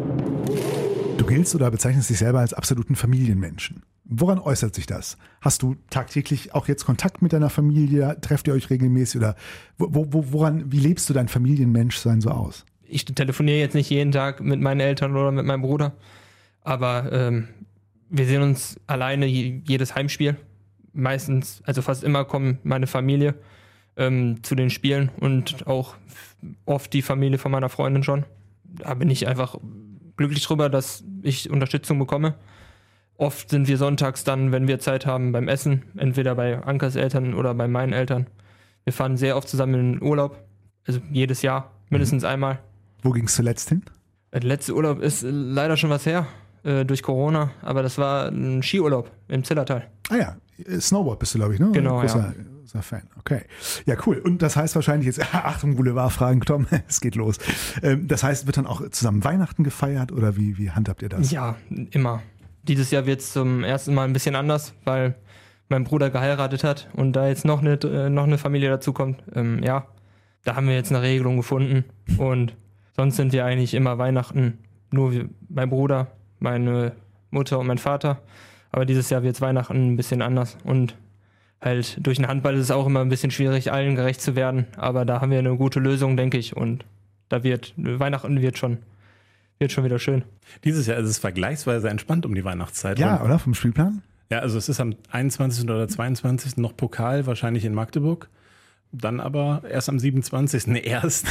Du giltst oder bezeichnest dich selber als absoluten Familienmenschen. Woran äußert sich das? Hast du tagtäglich auch jetzt Kontakt mit deiner Familie? Trefft ihr euch regelmäßig? Oder wo, wo, woran, wie lebst du dein Familienmenschsein so aus? Ich telefoniere jetzt nicht jeden Tag mit meinen Eltern oder mit meinem Bruder. Aber ähm, wir sehen uns alleine jedes Heimspiel. Meistens, also fast immer kommt meine Familie ähm, zu den Spielen und auch oft die Familie von meiner Freundin schon. Da bin ich einfach glücklich drüber, dass ich Unterstützung bekomme. Oft sind wir sonntags dann, wenn wir Zeit haben, beim Essen, entweder bei Ankers Eltern oder bei meinen Eltern. Wir fahren sehr oft zusammen in den Urlaub, also jedes Jahr, mindestens mhm. einmal. Wo ging es zuletzt hin? Der letzte Urlaub ist leider schon was her, äh, durch Corona, aber das war ein Skiurlaub im Zillertal. Ah ja, Snowboard bist du, glaube ich, ne? Genau, großer, ja. Großer Fan, okay. Ja, cool. Und das heißt wahrscheinlich jetzt, Achtung, Boulevardfragen, Tom, es geht los. Ähm, das heißt, wird dann auch zusammen Weihnachten gefeiert oder wie, wie handhabt ihr das? Ja, immer. Dieses Jahr wird es zum ersten Mal ein bisschen anders, weil mein Bruder geheiratet hat und da jetzt noch eine, äh, noch eine Familie dazukommt. Ähm, ja, da haben wir jetzt eine Regelung gefunden und sonst sind wir eigentlich immer Weihnachten nur wie mein Bruder, meine Mutter und mein Vater. Aber dieses Jahr wird es Weihnachten ein bisschen anders und halt durch den Handball ist es auch immer ein bisschen schwierig, allen gerecht zu werden. Aber da haben wir eine gute Lösung, denke ich, und da wird Weihnachten wird schon Wird schon wieder schön. Dieses Jahr ist es vergleichsweise entspannt um die Weihnachtszeit. Ja, und, oder? Vom Spielplan? Ja, also es ist am einundzwanzigsten oder zweiundzwanzigsten noch Pokal, wahrscheinlich in Magdeburg. Dann aber erst am siebenundzwanzigsten erst.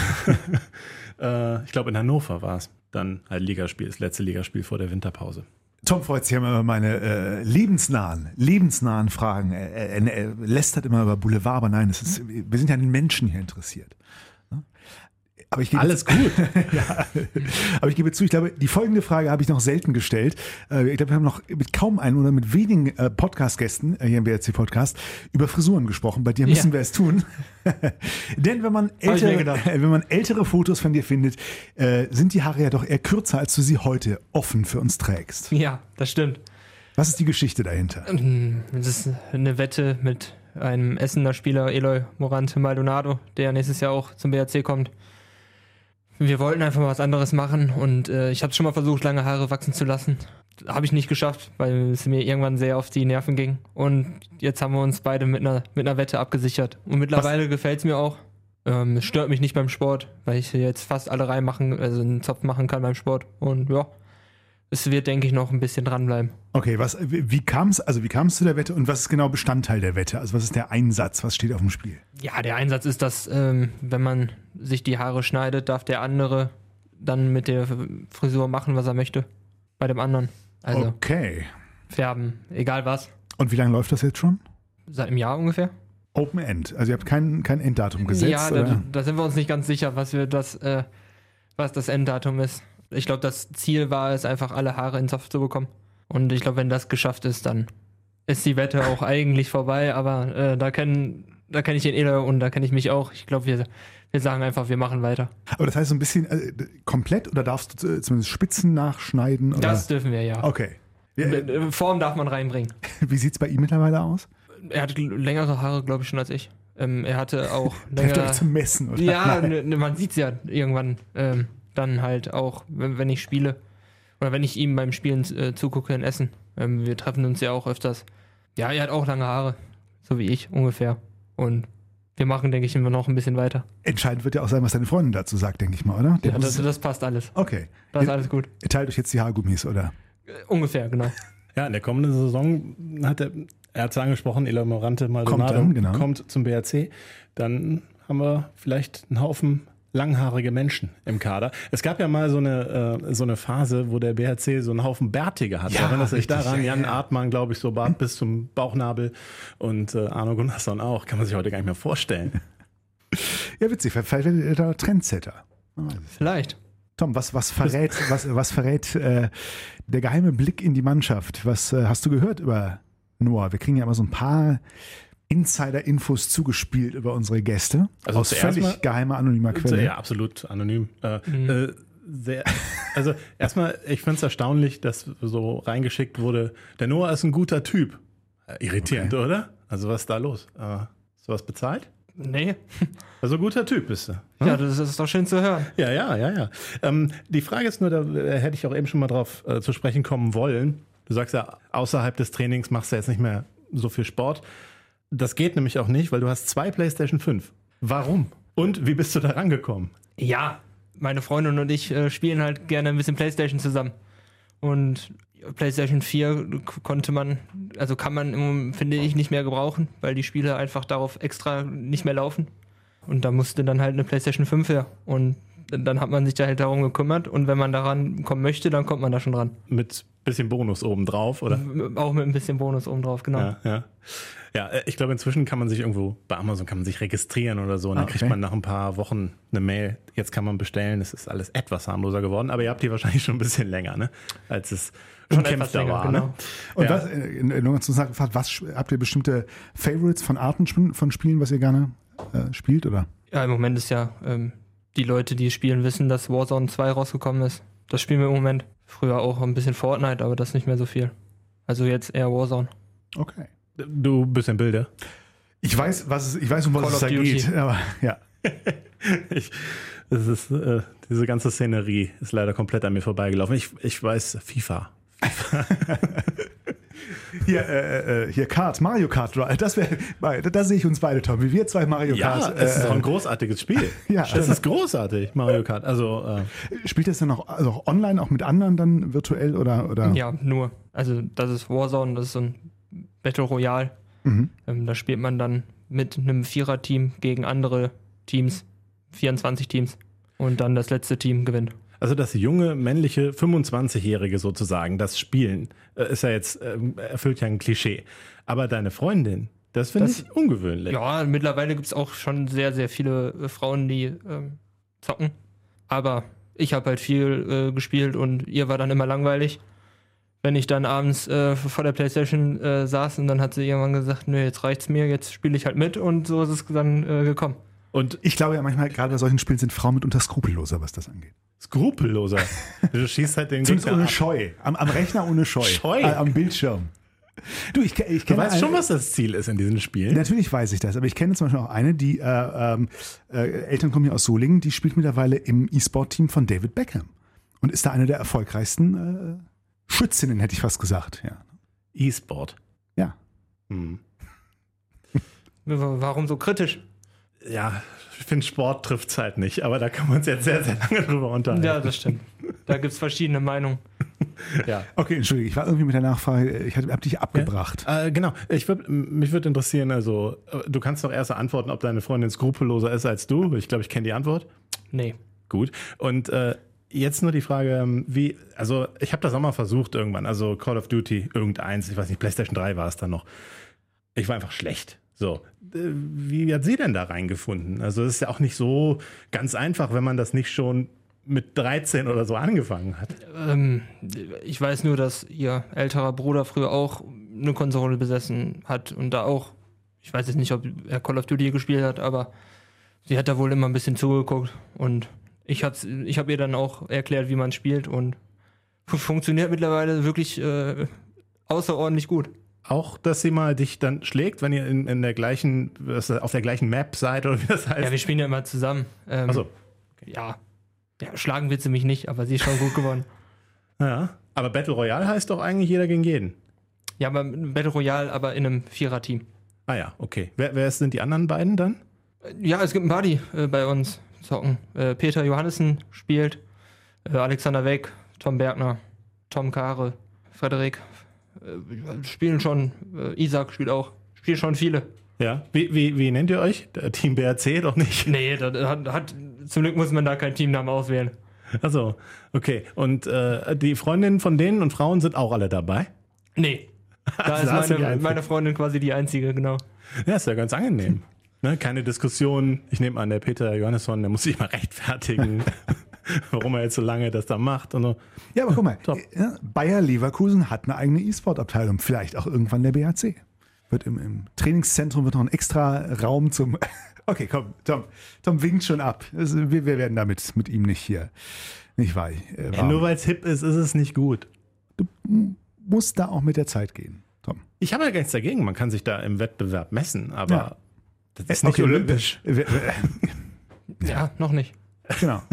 äh, ich glaube, in Hannover war es. Dann halt Ligaspiel, das letzte Ligaspiel vor der Winterpause. Tom freut sich immer über meine äh, lebensnahen, lebensnahen Fragen. Er, er, er lästert immer über Boulevard, aber nein, es ist, wir sind ja an den Menschen hier interessiert. Aber ich gebe Alles jetzt, gut. ja, aber ich gebe zu, ich glaube, die folgende Frage habe ich noch selten gestellt. Ich glaube, wir haben noch mit kaum einen oder mit wenigen Podcast-Gästen hier im B R C-Podcast über Frisuren gesprochen. Bei dir müssen ja. wir es tun. Denn wenn man, ältere, wenn man ältere Fotos von dir findet, sind die Haare ja doch eher kürzer, als du sie heute offen für uns trägst. Ja, das stimmt. Was ist die Geschichte dahinter? Das ist eine Wette mit einem Essener Spieler, Eloy Morante Maldonado, der nächstes Jahr auch zum B R C kommt. Wir wollten einfach mal was anderes machen und äh, ich habe schon mal versucht, lange Haare wachsen zu lassen. Habe ich nicht geschafft, weil es mir irgendwann sehr auf die Nerven ging. Und jetzt haben wir uns beide mit einer, mit einer Wette abgesichert. Und mittlerweile gefällt es mir auch. Ähm, es stört mich nicht beim Sport, weil ich jetzt fast alle reinmachen, also einen Zopf machen kann beim Sport. Und ja, es wird, denke ich, noch ein bisschen dranbleiben. Okay, was, wie kam es, also wie kam es zu der Wette und was ist genau Bestandteil der Wette? Also was ist der Einsatz, was steht auf dem Spiel? Ja, der Einsatz ist, dass ähm, wenn man sich die Haare schneidet, darf der andere dann mit der Frisur machen, was er möchte bei dem anderen. Also okay. färben, egal was. Und wie lange läuft das jetzt schon? Seit einem Jahr ungefähr. Open End. Also ihr habt kein, kein Enddatum gesetzt? Ja, oder? da, da sind wir uns nicht ganz sicher, was wir das, äh, was das Enddatum ist. Ich glaube, das Ziel war es, einfach alle Haare in Saft zu bekommen. Und ich glaube, wenn das geschafft ist, dann ist die Wette auch eigentlich vorbei. Aber äh, da kenne da kenn ich den Eder und da kenne ich mich auch. Ich glaube, wir, wir sagen einfach, wir machen weiter. Aber das heißt so ein bisschen äh, komplett oder darfst du zumindest Spitzen nachschneiden? Oder? Das dürfen wir, ja. Okay. Ja, Form darf man reinbringen. Wie sieht es bei ihm mittlerweile aus? Er hat längere Haare, glaube ich, schon als ich. Ähm, er hatte auch längere... längere... zum Messen, oder? Ja, ne, ne, man sieht es ja irgendwann ähm, dann halt auch, wenn, wenn ich spiele. Oder wenn ich ihm beim Spielen äh, zugucke in Essen. Ähm, wir treffen uns ja auch öfters. Ja, er hat auch lange Haare. So wie ich ungefähr. Und wir machen, denke ich, immer noch ein bisschen weiter. Entscheidend wird ja auch sein, was deine Freundin dazu sagt, denke ich mal, oder? Ja, das, das passt alles. Okay. Das ist alles gut. Ihr teilt euch jetzt die Haargummis, oder? Äh, ungefähr, genau. Ja, in der kommenden Saison hat er, er hat es angesprochen, Eloy Morante Maldonado kommt, dann, genau. kommt zum B R C. Dann haben wir vielleicht einen Haufen langhaarige Menschen im Kader. Es gab ja mal so eine, äh, so eine Phase, wo der B H C so einen Haufen Bärtige hatte. Ja, Erinnerst du dich richtig, daran? ja, Jan ja. Artmann, glaube ich, so Bart bis zum Bauchnabel und äh, Arno Gunnarsson auch. Kann man sich heute gar nicht mehr vorstellen. Ja, witzig. Vielleicht werdet ihr da Trendsetter. Vielleicht. Tom, was, was verrät, was, was verrät äh, der geheime Blick in die Mannschaft? Was äh, hast du gehört über Noah? Wir kriegen ja immer so ein paar Insider-Infos zugespielt über unsere Gäste. Also aus zuerst völlig mal- geheimer, anonymer Quelle. Ja, absolut anonym. Äh, Mhm. äh, sehr, also erstmal, ich finde es erstaunlich, dass so reingeschickt wurde, der Noah ist ein guter Typ. Äh, irritierend, Okay. oder? Also was ist da los? Äh, hast du was bezahlt? Nee. Also guter Typ bist du. Ja, das ist doch schön zu hören. Ja, ja, ja, ja. Ähm, die Frage ist nur, da äh, hätte ich auch eben schon mal drauf äh, zu sprechen kommen wollen. Du sagst ja, außerhalb des Trainings machst du jetzt nicht mehr so viel Sport. Das geht nämlich auch nicht, weil du hast zwei PlayStation fünf. Warum? Und wie bist du da rangekommen? Ja, meine Freundin und ich äh, spielen halt gerne ein bisschen PlayStation zusammen. Und PlayStation vier konnte man, also kann man, im Moment, finde ich, nicht mehr gebrauchen, weil die Spiele einfach darauf extra nicht mehr laufen. Und da musste dann halt eine PlayStation fünf her. Und dann hat man sich da halt darum gekümmert. Und wenn man daran kommen möchte, dann kommt man da schon ran. Mit bisschen Bonus obendrauf, oder? Auch mit ein bisschen Bonus obendrauf, genau. Ja, ja. Ja, äh, ich glaube, inzwischen kann man sich irgendwo, bei Amazon kann man sich registrieren oder so. Und dann Ah, okay. kriegt man nach ein paar Wochen eine Mail. Jetzt kann man bestellen. Es ist alles etwas harmloser geworden. Aber ihr habt die wahrscheinlich schon ein bisschen länger, ne? Als es Schon umkämpfter etwas länger, war. genau. Ne? Und Ja. was, äh, in, in uns gefragt, was sch- habt ihr bestimmte Favorites von Arten sp- von Spielen, was ihr gerne äh, spielt, oder? Ja, im Moment ist ja, ähm, die Leute, die spielen, wissen, dass Warzone zwei rausgekommen ist. Das spielen wir im Moment. Früher auch ein bisschen Fortnite, aber das nicht mehr so viel. Also jetzt eher Warzone. Okay. Du bist im Bilde. Ich weiß, was es, ich weiß, um was Call es of da Duty. geht, aber ja. Ich, das ist, äh, diese ganze Szenerie ist leider komplett an mir vorbeigelaufen. Ich, ich weiß, FIFA. Hier, äh, äh, hier Kart, Mario Kart, das wäre, da, da sehe ich uns beide, Tom, wie wir zwei Mario Ja, Kart. es ist äh, auch ein großartiges Spiel. Ja, es ist großartig, Mario Kart. Also, äh, spielt das dann auch, also auch online, auch mit anderen dann virtuell oder? oder? Ja, nur. Also das ist Warzone, das ist so ein Battle Royale. Mhm. Ähm, da spielt man dann mit einem Vierer-Team gegen andere Teams, vierundzwanzig Teams. Und dann das letzte Team gewinnt. also das junge, männliche, fünfundzwanzigjährige sozusagen, das Spielen, äh, ist ja jetzt, äh, erfüllt ja ein Klischee. Aber deine Freundin, das finde Das- ich ungewöhnlich. Ja, mittlerweile gibt es auch schon sehr, sehr viele äh, Frauen, die ähm, zocken. Aber ich habe halt viel äh, gespielt und ihr war dann immer langweilig. Wenn ich dann abends äh, vor der Playstation äh, saß und dann hat sie irgendwann gesagt, nö, jetzt reicht's mir, jetzt spiele ich halt mit und so ist es dann äh, gekommen. Und Ich glaube ja manchmal, gerade bei solchen Spielen sind Frauen mitunter skrupelloser, was das angeht. skrupelloser. Du schießt halt den Zumindest Gegner ohne ab. Scheu. Am, am Rechner ohne Scheu. Scheu? Äh, am Bildschirm. Du, ich, ke- ich Du kenne weißt eine- schon, was das Ziel ist in diesen Spielen. Natürlich weiß ich das, aber ich kenne zum Beispiel auch eine, die äh, ähm, äh, Eltern kommen hier aus Solingen, die spielt mittlerweile im E-Sport-Team von David Beckham und ist da eine der erfolgreichsten äh, Schützinnen, hätte ich fast gesagt. Ja. E-Sport. Ja. Hm. Warum so kritisch? Ja, ich finde, Sport trifft es halt nicht, aber da kann man uns jetzt sehr, sehr lange drüber unterhalten. Ja, das stimmt. Da gibt es verschiedene Meinungen. Ja. Okay, entschuldige, ich war irgendwie mit der Nachfrage, ich habe hab dich abgebracht. Äh, genau, ich würd, mich würde interessieren, also, äh, du kannst doch erst antworten, ob deine Freundin skrupelloser ist als du. Ich glaube, ich kenne die Antwort. Nee. Gut. Und äh, Jetzt nur die Frage, wie, also ich habe das auch mal versucht irgendwann, also Call of Duty, irgendeins, ich weiß nicht, PlayStation drei war es dann noch. Ich war einfach schlecht. So, wie hat sie denn da reingefunden? Also es ist ja auch nicht so ganz einfach, wenn man das nicht schon mit dreizehn oder so angefangen hat. Ähm, ich weiß nur, dass ihr älterer Bruder früher auch eine Konsole besessen hat und da auch, ich weiß jetzt nicht, ob er Call of Duty gespielt hat, aber sie hat da wohl immer ein bisschen zugeguckt und ich habe ich hab ihr dann auch erklärt, wie man spielt und funktioniert mittlerweile wirklich äh, außerordentlich gut. Auch, dass sie mal dich dann schlägt, wenn ihr in, in der gleichen, auf der gleichen Map seid oder wie das heißt? Ja, wir spielen ja immer zusammen. Ähm, Ach so. Okay. Ja. ja, schlagen wird sie mich nicht, aber sie ist schon gut geworden. Ja, aber Battle Royale heißt doch eigentlich jeder gegen jeden. Ja, aber Battle Royale, aber in einem Vierer-Team. Ah ja, okay. Wer, wer sind die anderen beiden dann? Ja, es gibt einen Buddy äh, bei uns zocken. Äh, Peter Johannessen spielt, äh, Alexander Weck, Tom Bergner, Tom Kare, Frederik. Äh, spielen schon, äh, Isaac spielt auch. Spielen schon viele. Ja, wie, wie, wie nennt ihr euch? Team B R C doch nicht? Nee, das hat, hat, zum Glück muss man da keinen Teamnamen auswählen. Achso, okay. Und äh, die Freundinnen von denen und Frauen sind auch alle dabei? Nee. Da ist meine, meine Freundin quasi die einzige, genau. Ja, ist ja ganz angenehm. Ne, keine Diskussion. Ich nehme an, der Peter Johannesson, der muss sich mal rechtfertigen, warum er jetzt so lange das da macht. Und so. Ja, aber guck mal, ja, Bayer Leverkusen hat eine eigene E-Sport-Abteilung. Vielleicht auch irgendwann der B H C. Wird im, im Trainingszentrum wird noch ein extra Raum zum... Okay, komm, Tom, Tom winkt schon ab. Also, wir, wir werden damit mit ihm nicht hier, nicht wahr? Äh, ja, nur weil es hip ist, ist es nicht gut. Du musst da auch mit der Zeit gehen, Tom. Ich habe ja gar nichts dagegen. Man kann sich da im Wettbewerb messen, aber ja. das ist nicht okay, olympisch. Ja, noch nicht. Genau.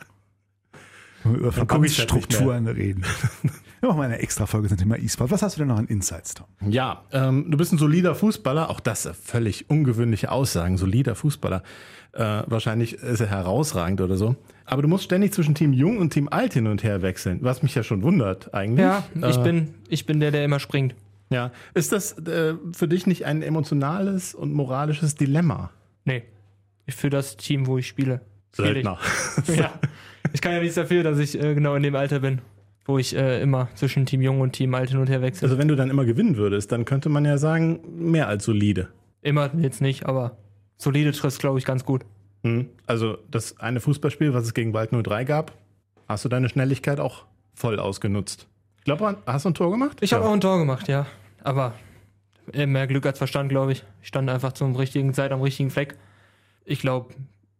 Wenn wir über Verbandsstrukturen reden. Wir machen mal eine extra Folge zum Thema E-Sport. Was hast du denn noch an Insights, Tom? Ja, ähm, du bist ein solider Fußballer. Auch das völlig ungewöhnliche Aussagen. Solider Fußballer. Äh, wahrscheinlich ist er herausragend oder so. Aber du musst ständig zwischen Team Jung und Team Alt hin und her wechseln. Was mich ja schon wundert eigentlich. Ja, ich, äh, bin, ich bin der, der immer springt. Ja. Ist das äh, für dich nicht ein emotionales und moralisches Dilemma? Nee. Für das Team, wo ich spiele. Spiel Söldner. Ich. Ja. Ich kann ja nichts dafür, dass ich äh, genau in dem Alter bin, wo ich äh, immer zwischen Team Jung und Team Alt hin und her wechsle. Also wenn du dann immer gewinnen würdest, dann könnte man ja sagen, mehr als solide. Immer jetzt nicht, aber solide trifft, glaube ich, ganz gut. Hm. Also das eine Fußballspiel, was es gegen Wald null drei gab, hast du deine Schnelligkeit auch voll ausgenutzt. Ich glaube, hast du ein Tor gemacht? Ich ja. habe auch ein Tor gemacht, ja. Aber mehr Glück als Verstand, glaube ich. Ich stand einfach zur richtigen Zeit am richtigen Fleck. Ich glaube,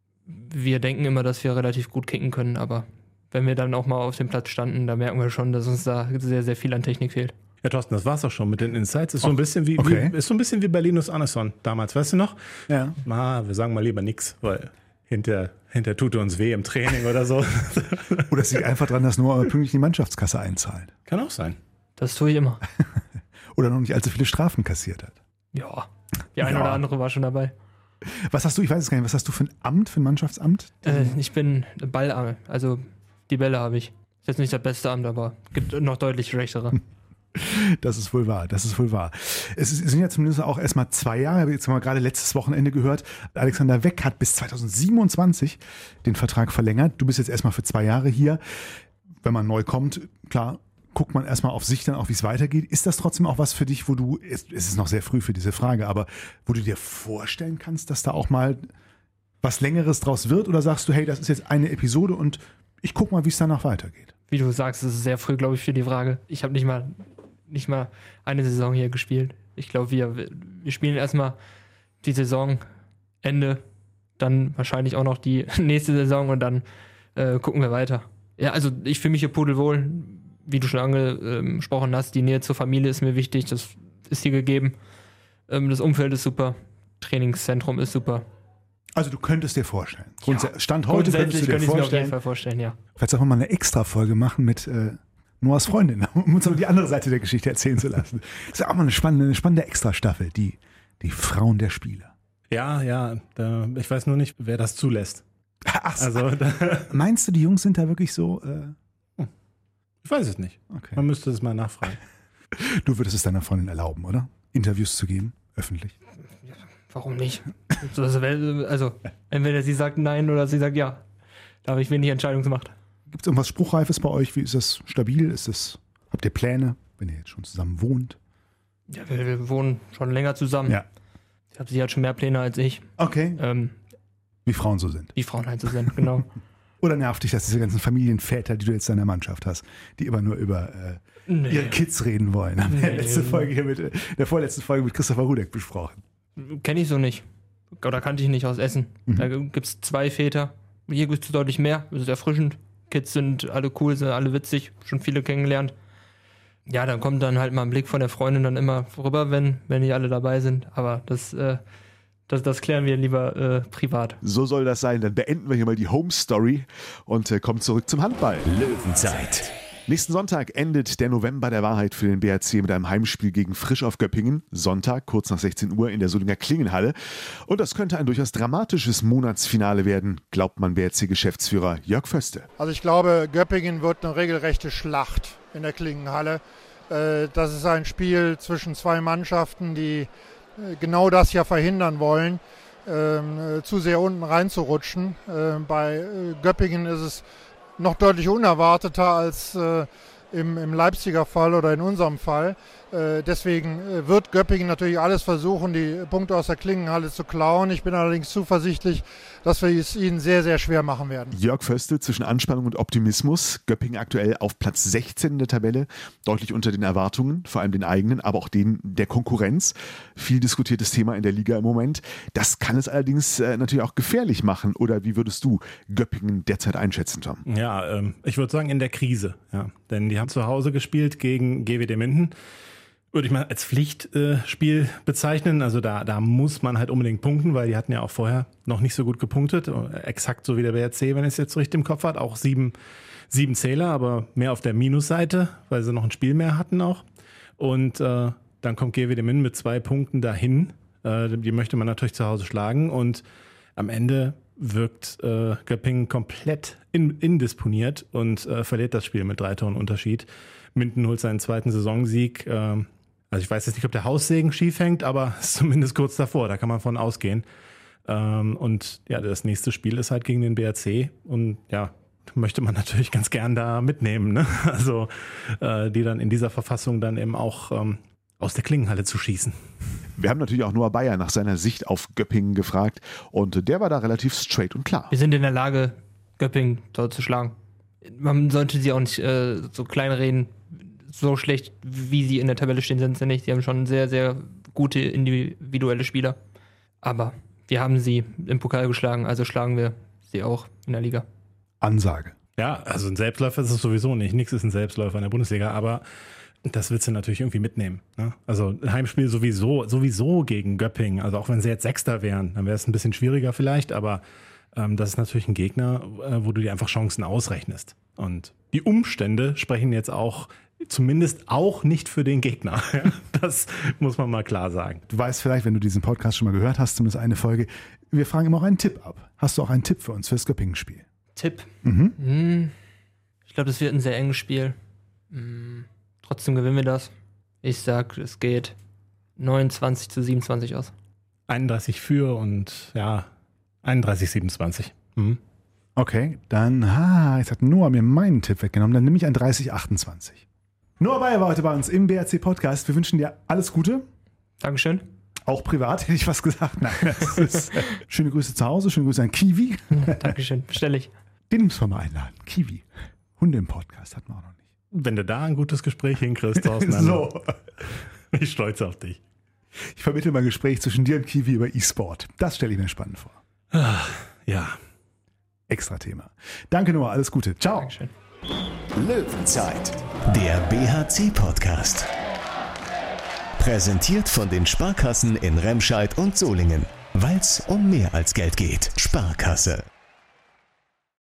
wir denken immer, dass wir relativ gut kicken können, aber wenn wir dann auch mal auf dem Platz standen, da merken wir schon, dass uns da sehr, sehr viel an Technik fehlt. Ja, Thorsten, das war's auch schon mit den Insights. Ist so ein bisschen wie, okay. wie ist so ein bisschen wie bei Linus Arneson damals, weißt du noch? Ja. Na, wir sagen mal lieber nix, weil hinter, hinter tut uns weh im Training oder so. Oder es liegt einfach dran, dass nur pünktlich die Mannschaftskasse einzahlt. Kann auch sein. Das tue ich immer. Oder noch nicht allzu viele Strafen kassiert hat. Ja, die eine Ja. oder andere war schon dabei. Was hast du, ich weiß es gar nicht, was hast du für ein Amt, für ein Mannschaftsamt? Äh, ich bin Ballarme, also die Bälle habe ich. Ist jetzt nicht das beste Amt, aber gibt noch deutlich schlechtere. Das ist wohl wahr, das ist wohl wahr. Es ist- es sind ja zumindest auch erstmal zwei Jahre, habe ich jetzt mal gerade letztes Wochenende gehört. Alexander Weck hat bis zweitausendsiebenundzwanzig den Vertrag verlängert. Du bist jetzt erstmal für zwei Jahre hier. Wenn man neu kommt, klar, guckt man erstmal auf sich dann auch, wie es weitergeht. Ist das trotzdem auch was für dich, wo du, es es ist noch sehr früh für diese Frage, aber wo du dir vorstellen kannst, dass da auch mal was Längeres draus wird? Oder sagst du, hey, das ist jetzt eine Episode und ich guck mal, wie es danach weitergeht? Wie du sagst, es ist sehr früh, glaube ich, für die Frage. Ich habe nicht mal, nicht mal eine Saison hier gespielt. Ich glaube, wir, wir spielen erstmal die Saison Ende, dann wahrscheinlich auch noch die nächste Saison und dann äh, gucken wir weiter. Ja, also ich fühle mich hier pudelwohl. Wie du schon angesprochen hast, die Nähe zur Familie ist mir wichtig, das ist hier gegeben. Ähm, das Umfeld ist super, Trainingszentrum ist super. Also du könntest dir vorstellen. Ja. Grundsä- Stand heute könntest du dir könnte ich mir auf jeden vorstellen. Fall vorstellen, ja. Vielleicht sollen wir mal eine Extra-Folge machen mit äh, Noahs Freundin, um uns mal die andere Seite der Geschichte erzählen zu lassen. Das ist auch mal eine spannende, eine spannende Extra-Staffel, die, die Frauen der Spieler. Ja, ja, da, ich weiß nur nicht, wer das zulässt. Ach, so. Also, da, Meinst du, die Jungs sind da wirklich so? Äh, ich weiß es nicht. okay. Man müsste es mal nachfragen. Du würdest es deiner Freundin erlauben, oder? Interviews zu geben, öffentlich. Warum nicht? Also, wenn- also entweder sie sagt nein oder sie sagt ja. Da habe ich wenig Entscheidungsmacht. Gibt es irgendwas Spruchreifes bei euch? Wie ist das stabil? Ist das, habt ihr Pläne, wenn ihr jetzt schon zusammen wohnt? Ja, wir, wir wohnen schon länger zusammen. Ja. Ich glaube, sie hat schon mehr Pläne als ich. Okay. Ähm, wie Frauen so sind. Wie Frauen halt so sind, genau. Oder nervt dich, dass diese ganzen Familienväter, die du jetzt in der Mannschaft hast, die immer nur über äh, nee. ihre Kids reden wollen? Haben wir nee. letzte Folge hier mit, der vorletzten Folge mit Christopher Rudek besprochen. Kenne ich so nicht. Oder kannte ich nicht aus Essen. Mhm. Da gibt es zwei Väter. Hier gibt es deutlich mehr. Das ist erfrischend. Kids sind alle cool, sind alle witzig. Schon viele kennengelernt. Ja, dann kommt dann halt mal ein Blick von der Freundin dann immer rüber, wenn, wenn die alle dabei sind. Aber das, äh, das, das klären wir lieber äh, privat. So soll das sein. Dann beenden wir hier mal die Home Story und äh, kommen zurück zum Handball. Löwenzeit. Nächsten Sonntag endet der November der Wahrheit für den B H C mit einem Heimspiel gegen Frisch auf Göppingen. Sonntag, kurz nach sechzehn Uhr in der Solinger Klingenhalle. Und das könnte ein durchaus dramatisches Monatsfinale werden, glaubt man B H C-Geschäftsführer Jörg Föste. Also ich glaube, Göppingen wird eine regelrechte Schlacht in der Klingenhalle. Das ist ein Spiel zwischen zwei Mannschaften, die genau das ja verhindern wollen, zu sehr unten reinzurutschen. Bei Göppingen ist es noch deutlich unerwarteter als äh, im, im Leipziger Fall oder in unserem Fall. Äh, deswegen äh, wird Göppingen natürlich alles versuchen, die Punkte aus der Klingenhalle zu klauen. Ich bin allerdings zuversichtlich, dass wir es ihnen sehr, sehr schwer machen werden. Jörg Föste zwischen Anspannung und Optimismus. Göppingen aktuell auf Platz sechzehn in der Tabelle, deutlich unter den Erwartungen, vor allem den eigenen, aber auch denen der Konkurrenz. Viel diskutiertes Thema in der Liga im Moment. Das kann es allerdings äh, natürlich auch gefährlich machen. Oder wie würdest du Göppingen derzeit einschätzen, Tom? Ja, ähm, ich würde sagen in der Krise. Ja. Denn die haben zu Hause gespielt gegen G W D Minden. Würde ich mal als Pflichtspiel äh, bezeichnen. Also da, da muss man halt unbedingt punkten, weil die hatten ja auch vorher noch nicht so gut gepunktet. Exakt so wie der B R C, wenn es jetzt richtig im Kopf hat. Auch sieben, sieben Zähler, aber mehr auf der Minusseite, weil sie noch ein Spiel mehr hatten auch. Und äh, dann kommt G W D Minden mit zwei Punkten dahin. Äh, die möchte man natürlich zu Hause schlagen. Und am Ende wirkt äh, Göppingen komplett in, indisponiert und äh, verliert das Spiel mit drei Toren Unterschied. Minden holt seinen zweiten Saisonsieg. Äh, also ich weiß jetzt nicht, ob der Haussegen schief hängt, aber ist zumindest kurz davor, da kann man von ausgehen. Ähm, und ja, das nächste Spiel ist halt gegen den B R C und ja, möchte man natürlich ganz gern da mitnehmen, ne? Also äh, die dann in dieser Verfassung dann eben auch ähm, aus der Klingenhalle zu schießen. Wir haben natürlich auch Noah Bayer nach seiner Sicht auf Göppingen gefragt und der war da relativ straight und klar. Wir sind in der Lage, Göppingen dort zu schlagen. Man sollte sie auch nicht äh, so klein reden. So schlecht, wie sie in der Tabelle stehen, sind sie nicht. Sie haben schon sehr, sehr gute individuelle Spieler. Aber wir haben sie im Pokal geschlagen, also schlagen wir sie auch in der Liga. Ansage. Ja, also ein Selbstläufer ist es sowieso nicht. Nichts ist ein Selbstläufer in der Bundesliga, aber das willst du natürlich irgendwie mitnehmen. Ne? Also ein Heimspiel sowieso, sowieso gegen Göppingen. Also auch wenn sie jetzt Sechster wären, dann wäre es ein bisschen schwieriger vielleicht, aber ähm, das ist natürlich ein Gegner, äh, wo du dir einfach Chancen ausrechnest. Und die Umstände sprechen jetzt auch zumindest auch nicht für den Gegner. Das muss man mal klar sagen. Du weißt vielleicht, wenn du diesen Podcast schon mal gehört hast, zumindest eine Folge, wir fragen immer auch einen Tipp ab. Hast du auch einen Tipp für uns fürs Göppingen-Spiel? Tipp? Mhm. Hm, ich glaube, das wird ein sehr enges Spiel. Hm, trotzdem gewinnen wir das. Ich sag, es geht neunundzwanzig zu siebenundzwanzig aus. einunddreißig für und ja, einunddreißig siebenundzwanzig. Mhm. Okay, dann, ah, jetzt hat Noah mir meinen Tipp weggenommen, dann nehme ich ein dreißig achtundzwanzig. Noah Bayer war heute bei uns im B R C-Podcast. Wir wünschen dir alles Gute. Dankeschön. Auch privat, hätte ich was gesagt. Nein, das ist, äh, schöne Grüße zu Hause, schöne Grüße an Kiwi. Dankeschön, bestelle ich. Den müssen wir mal einladen. Kiwi. Hunde im Podcast hatten wir auch noch nicht. Wenn du da ein gutes Gespräch hinkriegst, Thorsten, dann so. bin ich stolz auf dich. Ich vermittle mal ein Gespräch zwischen dir und Kiwi über E-Sport. Das stelle ich mir spannend vor. Ach, ja. Extra Thema. Danke Noah, alles Gute. Ciao. Dankeschön. Löwenzeit, der B H C-Podcast. Präsentiert von den Sparkassen in Remscheid und Solingen. Weil's um mehr als Geld geht. Sparkasse.